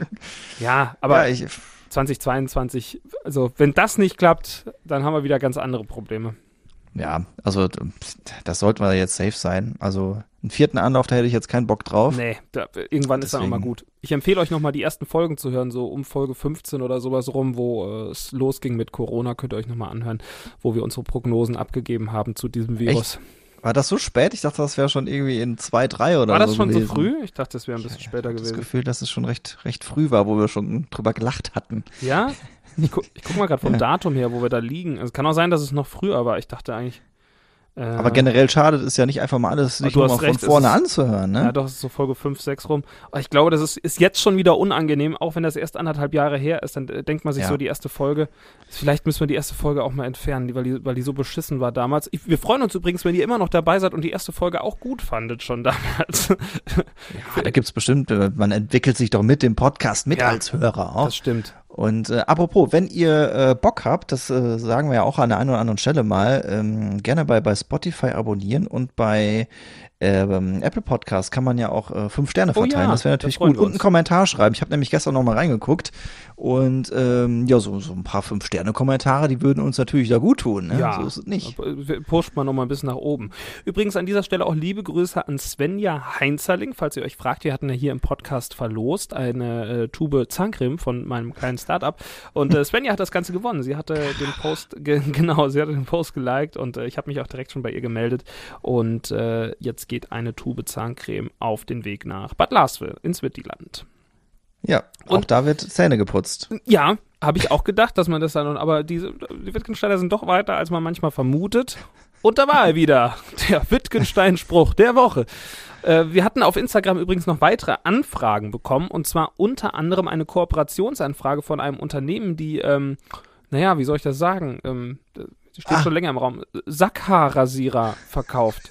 ja aber ja, ich, zwanzig zweiundzwanzig, also wenn das nicht klappt, dann haben wir wieder ganz andere Probleme. ja, also das sollten wir jetzt safe sein. Also einen vierten Anlauf, da hätte ich jetzt keinen Bock drauf. Nee, da, irgendwann ist dann auch mal Deswegen. gut. Ich empfehle euch nochmal die ersten Folgen zu hören, so um Folge fünfzehn oder sowas rum, wo äh, es losging mit Corona, könnt ihr euch nochmal anhören, wo wir unsere Prognosen abgegeben haben zu diesem Virus. War das so spät? Ich dachte, das wäre schon irgendwie in zwei, drei oder War das so schon gewesen. so früh? Ich dachte, es wäre ein bisschen später Ich habe das gewesen. Gefühl, dass es schon recht, recht früh war, wo wir schon drüber gelacht hatten. Ja? Ich, gu ich guck mal gerade vom Ja. Datum her, wo wir da liegen. Also, es kann auch sein, dass es noch früher war. Ich dachte eigentlich. Äh, Aber generell schadet es ja nicht einfach mal alles, sich du nur hast mal von recht, es vorne ist- anzuhören, ne? Ja, doch, es ist so Folge fünf, sechs rum. Aber ich glaube, das ist, ist jetzt schon wieder unangenehm, auch wenn das erst anderthalb Jahre her ist. Dann äh, denkt man sich Ja. so, die erste Folge, vielleicht müssen wir die erste Folge auch mal entfernen, die, weil, die, weil die so beschissen war damals. Ich, wir freuen uns übrigens, wenn ihr immer noch dabei seid und die erste Folge auch gut fandet schon damals. Ja, da gibt's bestimmt, äh, man entwickelt sich doch mit dem Podcast mit Ja, als Hörer auch. Das stimmt. Und äh, apropos, wenn ihr äh, Bock habt, das äh, sagen wir ja auch an der einen oder anderen Stelle mal, ähm, gerne bei, bei Spotify abonnieren und bei ähm, Apple Podcast kann man ja auch äh, fünf Sterne Oh verteilen. ja, das wäre natürlich da freuen gut. wir Und einen uns. Kommentar schreiben. Ich habe nämlich gestern noch mal reingeguckt und ähm, ja, so, so ein paar Fünf-Sterne-Kommentare, die würden uns natürlich da gut tun. Ne? Ja, So ist es nicht. pusht man noch mal ein bisschen nach oben. Übrigens an dieser Stelle auch liebe Grüße an Svenja Heinzerling, falls ihr euch fragt, wir hatten ja hier im Podcast verlost eine äh, Tube Zahncreme von meinem kleinen Startup und äh, Svenja hat das Ganze gewonnen. Sie hatte den Post, ge- genau, sie hatte den Post geliked und äh, ich habe mich auch direkt schon bei ihr gemeldet und äh, jetzt geht eine Tube Zahncreme auf den Weg nach Bad Larsville ins Wittiland. Ja, auch Und- da wird Zähne geputzt. Ja, habe ich auch gedacht, dass man das dann, aber diese, die Wittgensteiner sind doch weiter, als man manchmal vermutet. Und da war er wieder, der Wittgenstein-Spruch der Woche. Äh, wir hatten auf Instagram übrigens noch weitere Anfragen bekommen, und zwar unter anderem eine Kooperationsanfrage von einem Unternehmen, die, ähm, naja, wie soll ich das sagen, ähm, die steht Ah. schon länger im Raum, Sackhaarrasierer verkauft.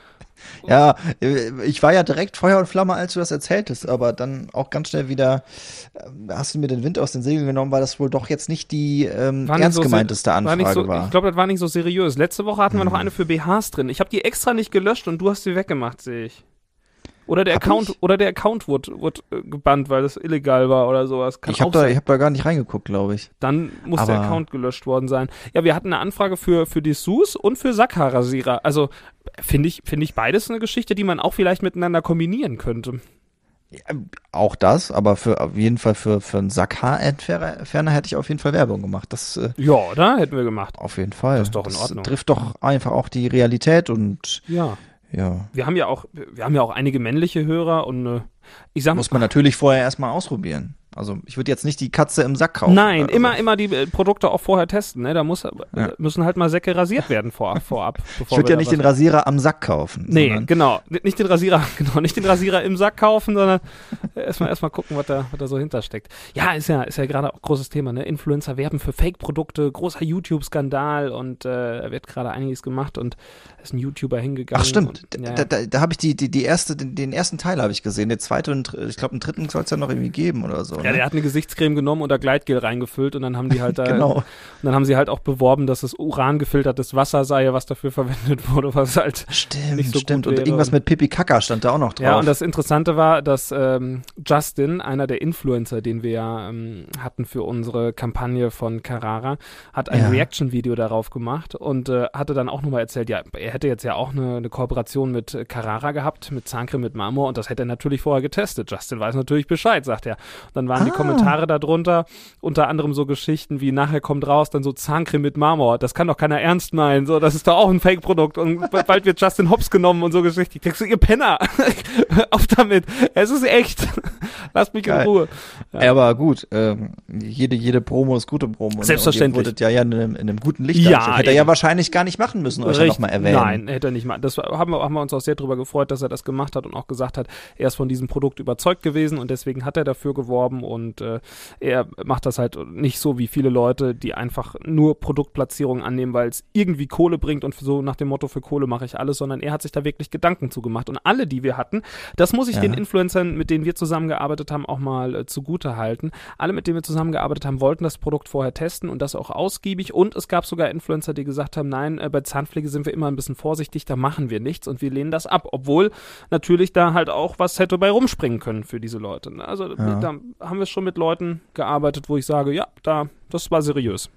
Ja, äh, ich war ja direkt Feuer und Flamme, als du das erzähltest, aber dann auch ganz schnell wieder äh, hast du mir den Wind aus den Segeln genommen, weil das wohl doch jetzt nicht die ähm, War nicht ernst so gemeinteste ser- Anfrage war. Nicht so, war. Ich glaube, das war nicht so seriös. Letzte Woche hatten wir noch Hm. eine für B Hs drin. Ich habe die extra nicht gelöscht und du hast sie weggemacht, sehe ich. Oder der Hab Account, ich? oder der Account wurde, wurde äh, gebannt, weil das illegal war oder sowas. Kann Ich habe auch da, sein. ich hab da gar nicht reingeguckt, glaube ich. Dann muss der Aber- Account gelöscht worden sein. Ja, wir hatten eine Anfrage für, für Dessous und für Sackhaarrasierer. Also finde ich, finde ich beides eine Geschichte, die man auch vielleicht miteinander kombinieren könnte. Ja, auch das, aber für auf jeden Fall für, für einen Sackhaarentferner hätte ich auf jeden Fall Werbung gemacht. Das äh, Ja, oder? Hätten wir gemacht. auf jeden Fall. Das ist doch in Ordnung. trifft doch einfach auch die Realität und Ja. ja, Wir haben ja auch, wir haben ja auch einige männliche Hörer und äh, ich sag muss man natürlich vorher erstmal ausprobieren. Also ich würde jetzt nicht die Katze im Sack kaufen. Nein, also. immer, immer die äh, Produkte auch vorher testen. Ne? Da muss, äh, Ja. müssen halt mal Säcke rasiert werden vor, vorab. Ich würde ja nicht den Rasierer am Sack kaufen. Nee, sondern- genau. N- Nicht den Rasierer, genau, nicht den Rasierer im Sack kaufen, sondern erstmal erstmal gucken, was da, was da so hintersteckt. Ja, ist ja, ist ja gerade auch großes Thema, ne? Influencer werben für Fake-Produkte, großer YouTube-Skandal und äh, da wird gerade einiges gemacht und ist ein YouTuber hingegangen. Ach stimmt, Und, ja, da, da, da habe ich die, die, die erste, den, den ersten Teil habe ich gesehen, der zweite und dr- ich glaube einen dritten soll es ja noch irgendwie geben oder so. Ja, ne? der hat eine Gesichtscreme genommen und da Gleitgel reingefüllt und dann haben die halt da, Genau. und dann haben sie halt auch beworben, dass es urangefiltertes Wasser sei, was dafür verwendet wurde, was halt Stimmt, nicht so stimmt. gut Und wäre. irgendwas mit Pipi Kaka stand da auch noch drauf. Ja, und das Interessante war, dass ähm, Justin, einer der Influencer, den wir ja ähm, hatten für unsere Kampagne von Carrara, hat ein Ja. Reaction-Video darauf gemacht und äh, hatte dann auch nochmal erzählt, ja, er hätte jetzt ja auch eine, eine Kooperation mit äh, Carrara gehabt, mit Zahncreme mit Marmor und das hätte er natürlich vorher getestet. Justin weiß natürlich Bescheid, sagt er. Und dann waren die Ah. Kommentare darunter, unter anderem so Geschichten wie, nachher kommt raus, dann so Zahncreme mit Marmor, das kann doch keiner ernst meinen, so, das ist doch auch ein Fake-Produkt und b- bald wird Justin Hobbs genommen und so Geschichten. Ich denke so, ihr Penner, hör auf damit, es ist echt, lasst mich Geil. in Ruhe. Ja, aber gut, ähm, jede, jede Promo ist gute Promo. ne? Selbstverständlich. Und ihr wurdet ja, ja in, einem, in einem guten Licht Ja, dargestellt. Hätte er ja eben. wahrscheinlich gar nicht machen müssen, euch ja Richtig. nochmal erwähnen. Nein, hätte er nicht mal. Das war- haben wir, haben wir uns auch sehr darüber gefreut, dass er das gemacht hat und auch gesagt hat, er ist von diesem Produkt überzeugt gewesen und deswegen hat er dafür geworben und äh, er macht das halt nicht so wie viele Leute, die einfach nur Produktplatzierungen annehmen, weil es irgendwie Kohle bringt und so nach dem Motto, für Kohle mache ich alles, sondern er hat sich da wirklich Gedanken zugemacht. Und alle, die wir hatten, das muss ich Ja. den Influencern, mit denen wir zusammengearbeitet haben, auch mal äh, zugute halten. Alle, mit denen wir zusammengearbeitet haben, wollten das Produkt vorher testen und das auch ausgiebig. Und es gab sogar Influencer, die gesagt haben, nein, äh, bei Zahnpflege sind wir immer ein bisschen vorsichtig, da machen wir nichts und wir lehnen das ab. Obwohl natürlich da halt auch was hätte bei rumspringen können für diese Leute. Ne? Also Ja. da haben wir schon mit Leuten gearbeitet, wo ich sage, ja, da, das war seriös.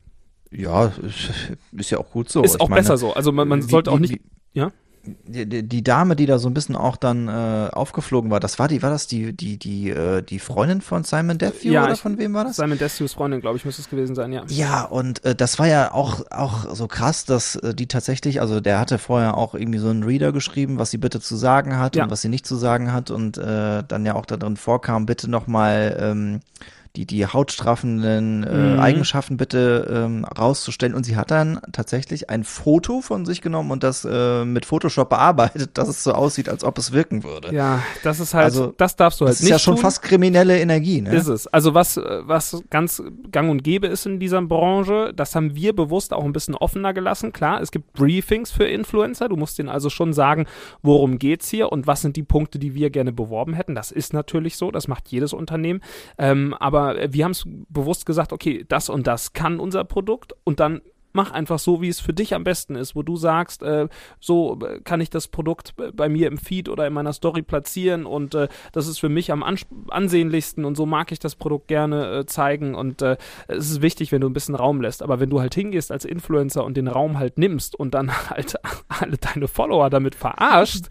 Ja, ist, ist ja auch gut so. Ist Ich auch meine, besser so. Also man, man wie- sollte auch wie- nicht... wie- Ja? Die, die, die Dame, die da so ein bisschen auch dann äh, aufgeflogen war, das war die, war das die, die, die, äh, die Freundin von Simon Desue Ja, oder ich- von wem war das? Simon Dessues Freundin, glaube ich, müsste es gewesen sein, ja. Ja, und äh, das war ja auch auch so krass, dass äh, die tatsächlich, also der hatte vorher auch irgendwie so einen Reader geschrieben, was sie bitte zu sagen hat Ja. und was sie nicht zu sagen hat und äh, dann ja auch da drin vorkam, bitte nochmal ähm, die die hautstraffenden äh, Mhm. Eigenschaften bitte ähm, rauszustellen und sie hat dann tatsächlich ein Foto von sich genommen und das äh, mit Photoshop bearbeitet, dass es so aussieht, als ob es wirken würde. Ja, das ist halt, Also, das darfst du halt Das ist nicht ja schon tun. fast kriminelle Energie, ne? Ist es. Also was, äh, was ganz gang und gäbe ist in dieser Branche, das haben wir bewusst auch ein bisschen offener gelassen. Klar, es gibt Briefings für Influencer. Du musst denen also schon sagen, worum geht's hier und was sind die Punkte, die wir gerne beworben hätten. Das ist natürlich so, das macht jedes Unternehmen. Ähm, aber wir haben es bewusst gesagt, okay, das und das kann unser Produkt und dann mach einfach so, wie es für dich am besten ist, wo du sagst, äh, so kann ich das Produkt bei mir im Feed oder in meiner Story platzieren und äh, das ist für mich am ans- ansehnlichsten und so mag ich das Produkt gerne äh, zeigen und äh, es ist wichtig, wenn du ein bisschen Raum lässt, aber wenn du halt hingehst als Influencer und den Raum halt nimmst und dann halt alle deine Follower damit verarscht,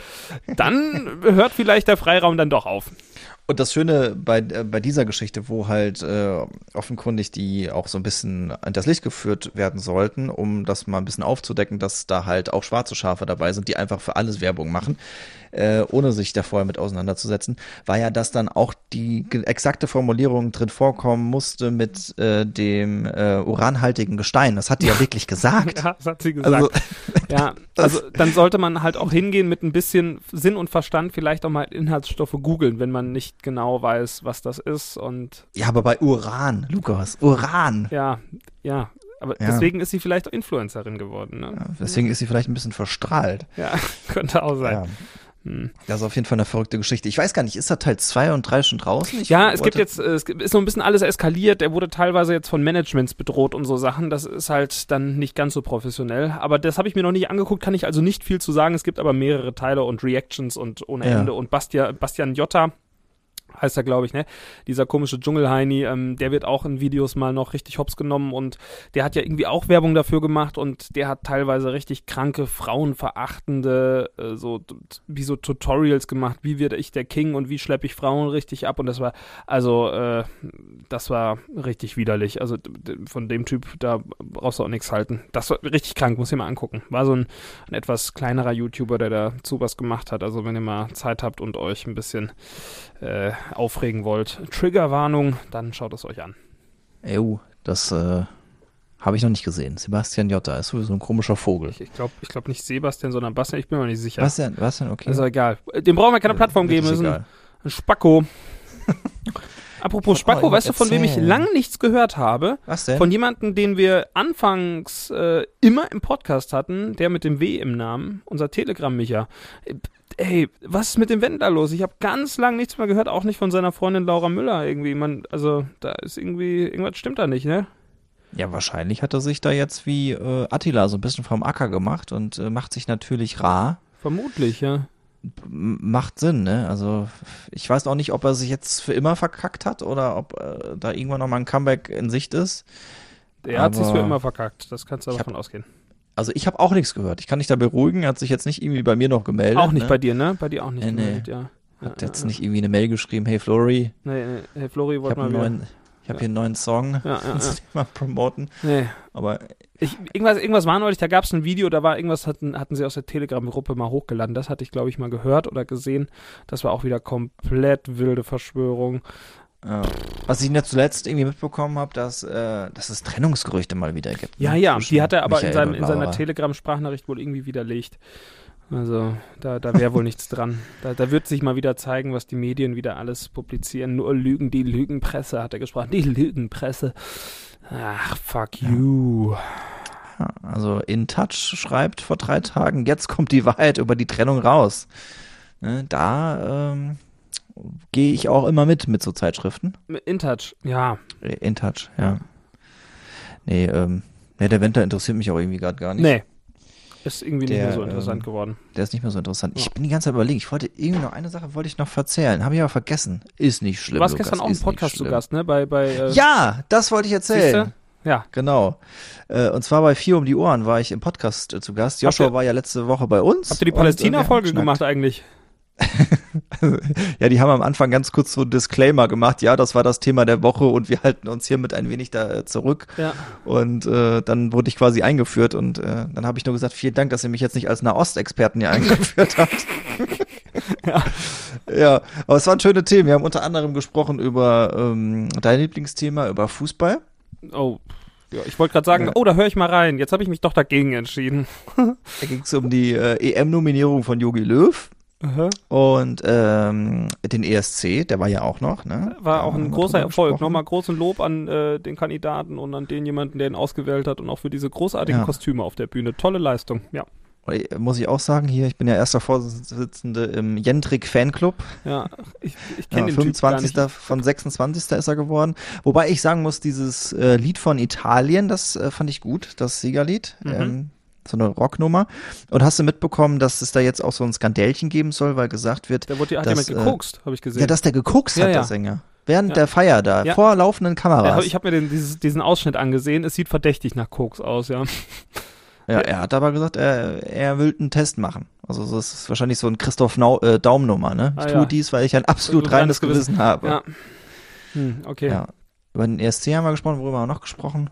dann hört vielleicht der Freiraum dann doch auf. Und das Schöne bei, äh, bei dieser Geschichte, wo halt äh, offenkundig die auch so ein bisschen an das Licht geführt werden sollten, um das mal ein bisschen aufzudecken, dass da halt auch schwarze Schafe dabei sind, die einfach für alles Werbung machen, äh, ohne sich da vorher mit auseinanderzusetzen, war ja, dass dann auch die ge- exakte Formulierung drin vorkommen musste mit äh, dem äh, uranhaltigen Gestein. Das hat die ja wirklich gesagt. Ja, das hat sie gesagt. Also, ja, also dann sollte man halt auch hingehen mit ein bisschen Sinn und Verstand, vielleicht auch mal Inhaltsstoffe googeln, wenn man nicht genau weiß, was das ist und ja, aber bei Uran, Lukas, Uran. ja, ja, aber Ja. deswegen ist sie vielleicht auch Influencerin geworden, ne? Ja, deswegen ist sie vielleicht ein bisschen verstrahlt. Ja, könnte auch sein. Ja. Hm. Das ist auf jeden Fall eine verrückte Geschichte. Ich weiß gar nicht, ist da Teil zwei und drei schon draußen? Ich Ja, es gibt wollte- jetzt, äh, es gibt- ist so ein bisschen alles eskaliert. Er wurde teilweise jetzt von Managements bedroht und so Sachen. Das ist halt dann nicht ganz so professionell. Aber das habe ich mir noch nicht angeguckt, kann ich also nicht viel zu sagen. Es gibt aber mehrere Teile und Reactions und ohne Ja. Ende. Und Bastia, Bastian Jotta heißt er, glaube ich, ne? Dieser komische Dschungelheini, ähm, der wird auch in Videos mal noch richtig hops genommen und der hat ja irgendwie auch Werbung dafür gemacht und der hat teilweise richtig kranke, frauenverachtende, äh, so, t- wie so Tutorials gemacht, wie werde ich der King und wie schleppe ich Frauen richtig ab und das war, also, äh, das war richtig widerlich. Also d- d- von dem Typ, da brauchst du auch nichts halten. Das war richtig krank, muss ich mal angucken. War so ein, ein etwas kleinerer YouTuber, der dazu was gemacht hat. Also wenn ihr mal Zeit habt und euch ein bisschen äh, aufregen wollt. Triggerwarnung, dann schaut es euch an. Eu, das äh, habe ich noch nicht gesehen. Sebastian Jotta ist sowieso ein komischer Vogel. Ich, ich glaube ich glaub nicht Sebastian, sondern Bastian, ich bin mir nicht sicher. Was denn? Was denn? Okay. Ist doch egal. Dem brauchen wir keine Plattform geben, Wirklich müssen. egal. Ein Spacko. Apropos Spacko, Oh, weißt du, von wem ich erzähl. lange nichts gehört habe? Was denn? Von jemandem, den wir anfangs äh, immer im Podcast hatten, der mit dem W im Namen, unser Telegram-Micha. Äh, Ey, was ist mit dem Wendler los? Ich habe ganz lange nichts mehr gehört, auch nicht von seiner Freundin Laura Müller irgendwie. Man, also, da ist irgendwie, irgendwas stimmt da nicht, ne? Ja, wahrscheinlich hat er sich da jetzt wie äh, Attila so ein bisschen vom Acker gemacht und äh, macht sich natürlich rar. Vermutlich, ja. M- Macht Sinn, ne? Also ich weiß auch nicht, ob er sich jetzt für immer verkackt hat oder ob äh, da irgendwann nochmal ein Comeback in Sicht ist. Er hat sich's Aber- für immer verkackt, das kannst du Ich davon ausgehen. Also ich habe auch nichts gehört. Ich kann dich da beruhigen. Er hat sich jetzt nicht irgendwie bei mir noch gemeldet. Auch nicht ne? bei dir, ne? Bei dir auch nicht Nee, nee. gemeldet, ja. Hat ja, jetzt ja, nicht irgendwie eine Mail geschrieben, hey Flori, Nee, nee, hey Flori, ich wollt habe mal einen wieder. neuen, ich habe hier einen neuen Song. Ja, ja, Kannst du den mal promoten? Nee. Aber Ich, irgendwas, irgendwas war neulich, da gab es ein Video, da war irgendwas, hatten, hatten sie aus der Telegram-Gruppe mal hochgeladen. Das hatte ich, glaube ich, mal gehört oder gesehen. Das war auch wieder komplett wilde Verschwörung. äh, was ich jetzt zuletzt irgendwie mitbekommen habe, dass, äh, dass es Trennungsgerüchte mal wieder gibt. Ja, ne? ja, Zwischen die hat er aber in, Michael seinem, und in seiner Laura. Telegram-Sprachnachricht wohl irgendwie widerlegt. Also, da, da wäre wohl nichts dran. Da, da wird sich mal wieder zeigen, was die Medien wieder alles publizieren. Nur Lügen, die Lügenpresse, hat er gesprochen. Die Lügenpresse. Ach, fuck you. Ja, also In Touch schreibt vor drei Tagen, jetzt kommt die Wahrheit über die Trennung raus. Ne, da ähm, gehe ich auch immer mit, mit so Zeitschriften. InTouch, ja. Äh, In Touch, ja. Nee, ähm, nee, der Wendler interessiert mich auch irgendwie gerade gar nicht. Nee. Ist irgendwie nicht Der, mehr so interessant ähm, geworden. Der ist nicht mehr so interessant. Ich Ja. bin die ganze Zeit überlegen, ich wollte irgendwie noch eine Sache wollte ich noch verzählen, habe ich aber vergessen. Ist nicht schlimm, Du warst Lukas, gestern auch im ist nicht Podcast zu schlimm. Gast, ne? Bei, bei, äh, Ja, das wollte ich erzählen. Siehste? Ja. Genau. Äh, und zwar bei Vier um die Ohren war ich im Podcast äh, zu Gast. Joshua ihr- war ja letzte Woche bei uns. Habt ihr die und, äh, wir haben Palästina-Folge geschnackt. gemacht eigentlich? Ja, die haben am Anfang ganz kurz so einen Disclaimer gemacht. Ja, das war das Thema der Woche und wir halten uns hiermit ein wenig da äh, zurück. Ja. Und äh, dann wurde ich quasi eingeführt und äh, dann habe ich nur gesagt, vielen Dank, dass ihr mich jetzt nicht als Nahostexperten hier eingeführt habt. Ja. Ja, aber es waren schöne Themen. Wir haben unter anderem gesprochen über ähm, dein Lieblingsthema, über Fußball. Oh. Ja, ich wollte gerade sagen, Ja. oh, da höre ich mal rein. Jetzt habe ich mich doch dagegen entschieden. Da ging es um die äh, E M-Nominierung von Jogi Löw Aha. und ähm, den E S C, der war ja auch noch. Ne? War Da auch haben ein wir großer drüber Erfolg. gesprochen. Nochmal großen Lob an äh, den Kandidaten und an den jemanden, der ihn ausgewählt hat und auch für diese großartigen Ja. Kostüme auf der Bühne. Tolle Leistung, ja. Muss ich auch sagen, hier, ich bin ja erster Vorsitzende im Jendrik Fanclub. Ja, ich, ich kenne ja, den fünfundzwanzigsten Typ gar nicht. von sechsundzwanzigsten ist er geworden. Wobei ich sagen muss, dieses äh, Lied von Italien, das äh, fand ich gut, das Siegerlied. Mhm. Ähm, so eine Rocknummer. Und hast du mitbekommen, dass es da jetzt auch so ein Skandälchen geben soll, weil gesagt wird, Da wurde ja, hat dass, jemand gekokst, habe ich gesehen. ja, dass der gekokst Ja, hat, ja. der Sänger. Während Ja. der Feier da, Ja. vor laufenden Kameras. Ja, ich habe mir den, dieses, diesen Ausschnitt angesehen. Es sieht verdächtig nach Koks aus, ja. Ja, er hat aber gesagt, er, er will einen Test machen. Also das ist wahrscheinlich so ein Christoph Nau, äh, Daum-Nummer, ne? Ich Ah, tue ja. dies, weil ich ein absolut Absolut reines reines Gewissen. Gewissen habe. Ja. Hm, okay. Ja. Über den E S C haben wir gesprochen, worüber haben wir noch gesprochen?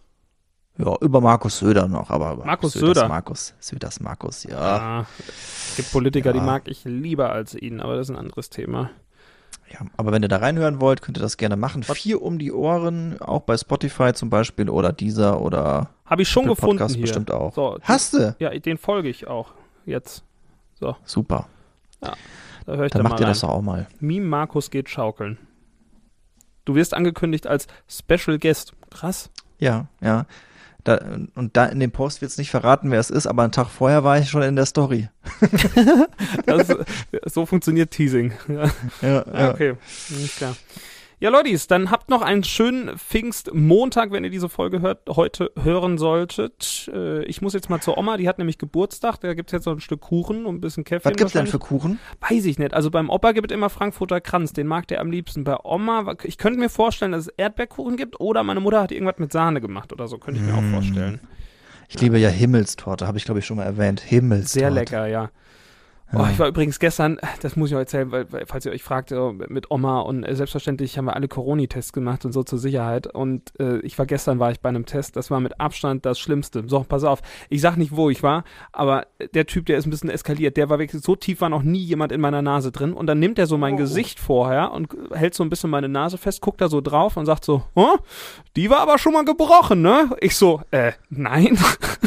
Ja, über Markus Söder noch, aber über Markus Söders Söder? Markus, Söders Markus, ja. Ah, es gibt Politiker, Ja. die mag ich lieber als ihn, aber das ist ein anderes Thema. Ja, aber wenn ihr da reinhören wollt, könnt ihr das gerne machen. Was? Vier um die Ohren, auch bei Spotify zum Beispiel oder Deezer oder Habe ich schon Apple gefunden Podcast hier. bestimmt auch. So, Hast du? Ja, den folge ich auch jetzt. So, Super. da höre ich Dann da mal macht ihr rein. das doch auch mal. Meme Markus geht schaukeln. Du wirst angekündigt als Special Guest. Krass. Ja, ja. Da, und da in dem Post wird's nicht verraten, wer es ist, aber einen Tag vorher war ich schon in der Story. Das, so funktioniert Teasing. Ja. Ja, Ah, okay, alles klar. Ja, Leute, dann habt noch einen schönen Pfingstmontag, wenn ihr diese Folge hört, heute hören solltet. Äh, ich muss jetzt mal zur Oma, die hat nämlich Geburtstag, da gibt's jetzt noch ein Stück Kuchen und ein bisschen Käffchen. Was gibt's denn für wahrscheinlich. Kuchen? Weiß ich nicht. Also beim Opa gibt es immer Frankfurter Kranz, den mag der am liebsten. Bei Oma, ich könnte mir vorstellen, dass es Erdbeerkuchen gibt oder meine Mutter hat irgendwas mit Sahne gemacht oder so, könnte ich mir Mm. auch vorstellen. Ich liebe ja Himmelstorte, habe ich glaube ich schon mal erwähnt. Himmelstorte. Sehr lecker, ja. Oh, Ja. ich war übrigens gestern, das muss ich euch erzählen, weil, weil falls ihr euch fragt, äh, mit Oma und äh, selbstverständlich haben wir alle Corona-Tests gemacht und so zur Sicherheit und äh, ich war gestern, war ich bei einem Test, das war mit Abstand das Schlimmste. So, pass auf, ich sag nicht, wo ich war, aber der Typ, der ist ein bisschen eskaliert, der war wirklich, so tief war noch nie jemand in meiner Nase drin und dann nimmt er so mein Oh. Gesicht vorher und hält so ein bisschen meine Nase fest, guckt da so drauf und sagt so, oh, die war aber schon mal gebrochen, ne? Ich so, äh, nein.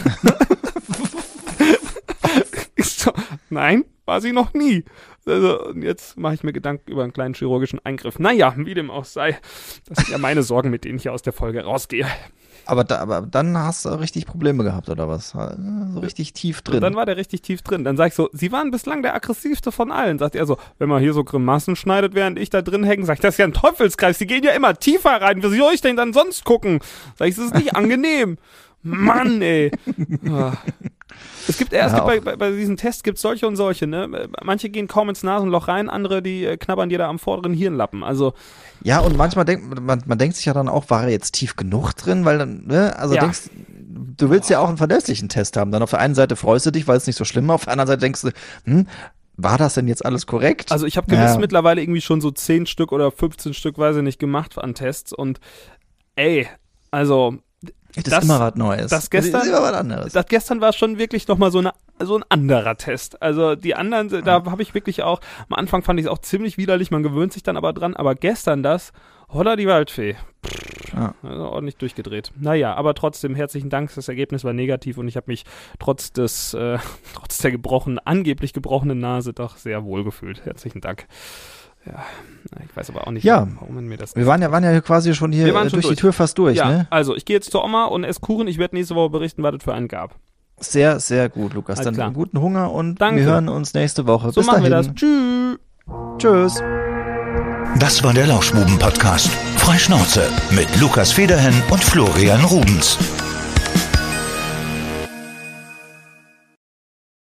Ich so, nein, war sie noch nie. Also, und jetzt mache ich mir Gedanken über einen kleinen chirurgischen Eingriff. Naja, wie dem auch sei. Das sind ja meine Sorgen, mit denen ich hier aus der Folge rausgehe. Aber, da, aber dann hast du richtig Probleme gehabt, oder was? So richtig tief drin. Und dann war der richtig tief drin. Dann sag ich so, sie waren bislang der aggressivste von allen. Sagt er so, wenn man hier so Grimassen schneidet, während ich da drin hänge, sag ich, das ist ja ein Teufelskreis. Die gehen ja immer tiefer rein. Wie soll ich denn dann sonst gucken? Sag ich, das ist nicht angenehm. Mann, ey. Ah. Es gibt, äh, es Ja, gibt bei, bei, bei diesen Tests gibt es solche und solche, ne? Manche gehen kaum ins Nasenloch rein, andere, die äh, knabbern dir da am vorderen Hirnlappen. Also, Ja, und manchmal denkt man, man denkt sich ja dann auch, war er jetzt tief genug drin, weil dann, ne, also Ja. denkst, du willst ja auch einen verlässlichen Test haben. Dann auf der einen Seite freust du dich, weil es nicht so schlimm war, auf der anderen Seite denkst du, hm, war das denn jetzt alles korrekt? also ich habe gewiss Ja. mittlerweile irgendwie schon so zehn Stück oder fünfzehn Stück, weiß ich nicht, gemacht an Tests und ey, also das, das- ist immer was Neues. das gestern- Das ist immer was anderes. das gestern war schon wirklich nochmal so, eine, so ein anderer Test. Also die anderen, da habe ich wirklich auch, am Anfang fand ich es auch ziemlich widerlich, man gewöhnt sich dann aber dran, aber gestern das, holla die Waldfee. Ja. Also ordentlich durchgedreht. Naja, aber trotzdem herzlichen Dank, das Ergebnis war negativ und ich habe mich trotz des, äh, trotz der gebrochenen, angeblich gebrochenen Nase doch sehr wohl gefühlt. Herzlichen Dank. Ja, ich weiß aber auch nicht, Ja. warum man mir das... Wir waren ja, waren ja quasi schon hier Wir waren äh, schon durch, durch. die Tür fast durch, ja, ne? also ich gehe jetzt zur Oma und esse Kuchen. Ich werde nächste Woche berichten, was es für einen gab. Sehr, sehr gut, Lukas. Alles Dann klar. guten Hunger und Danke. wir hören uns nächste Woche. So Bis machen dahin. wir das. Tschüss. Tschüss. Das war der Lauschbuben-Podcast. Freischnauze mit Lukas Federhen und Florian Rubens.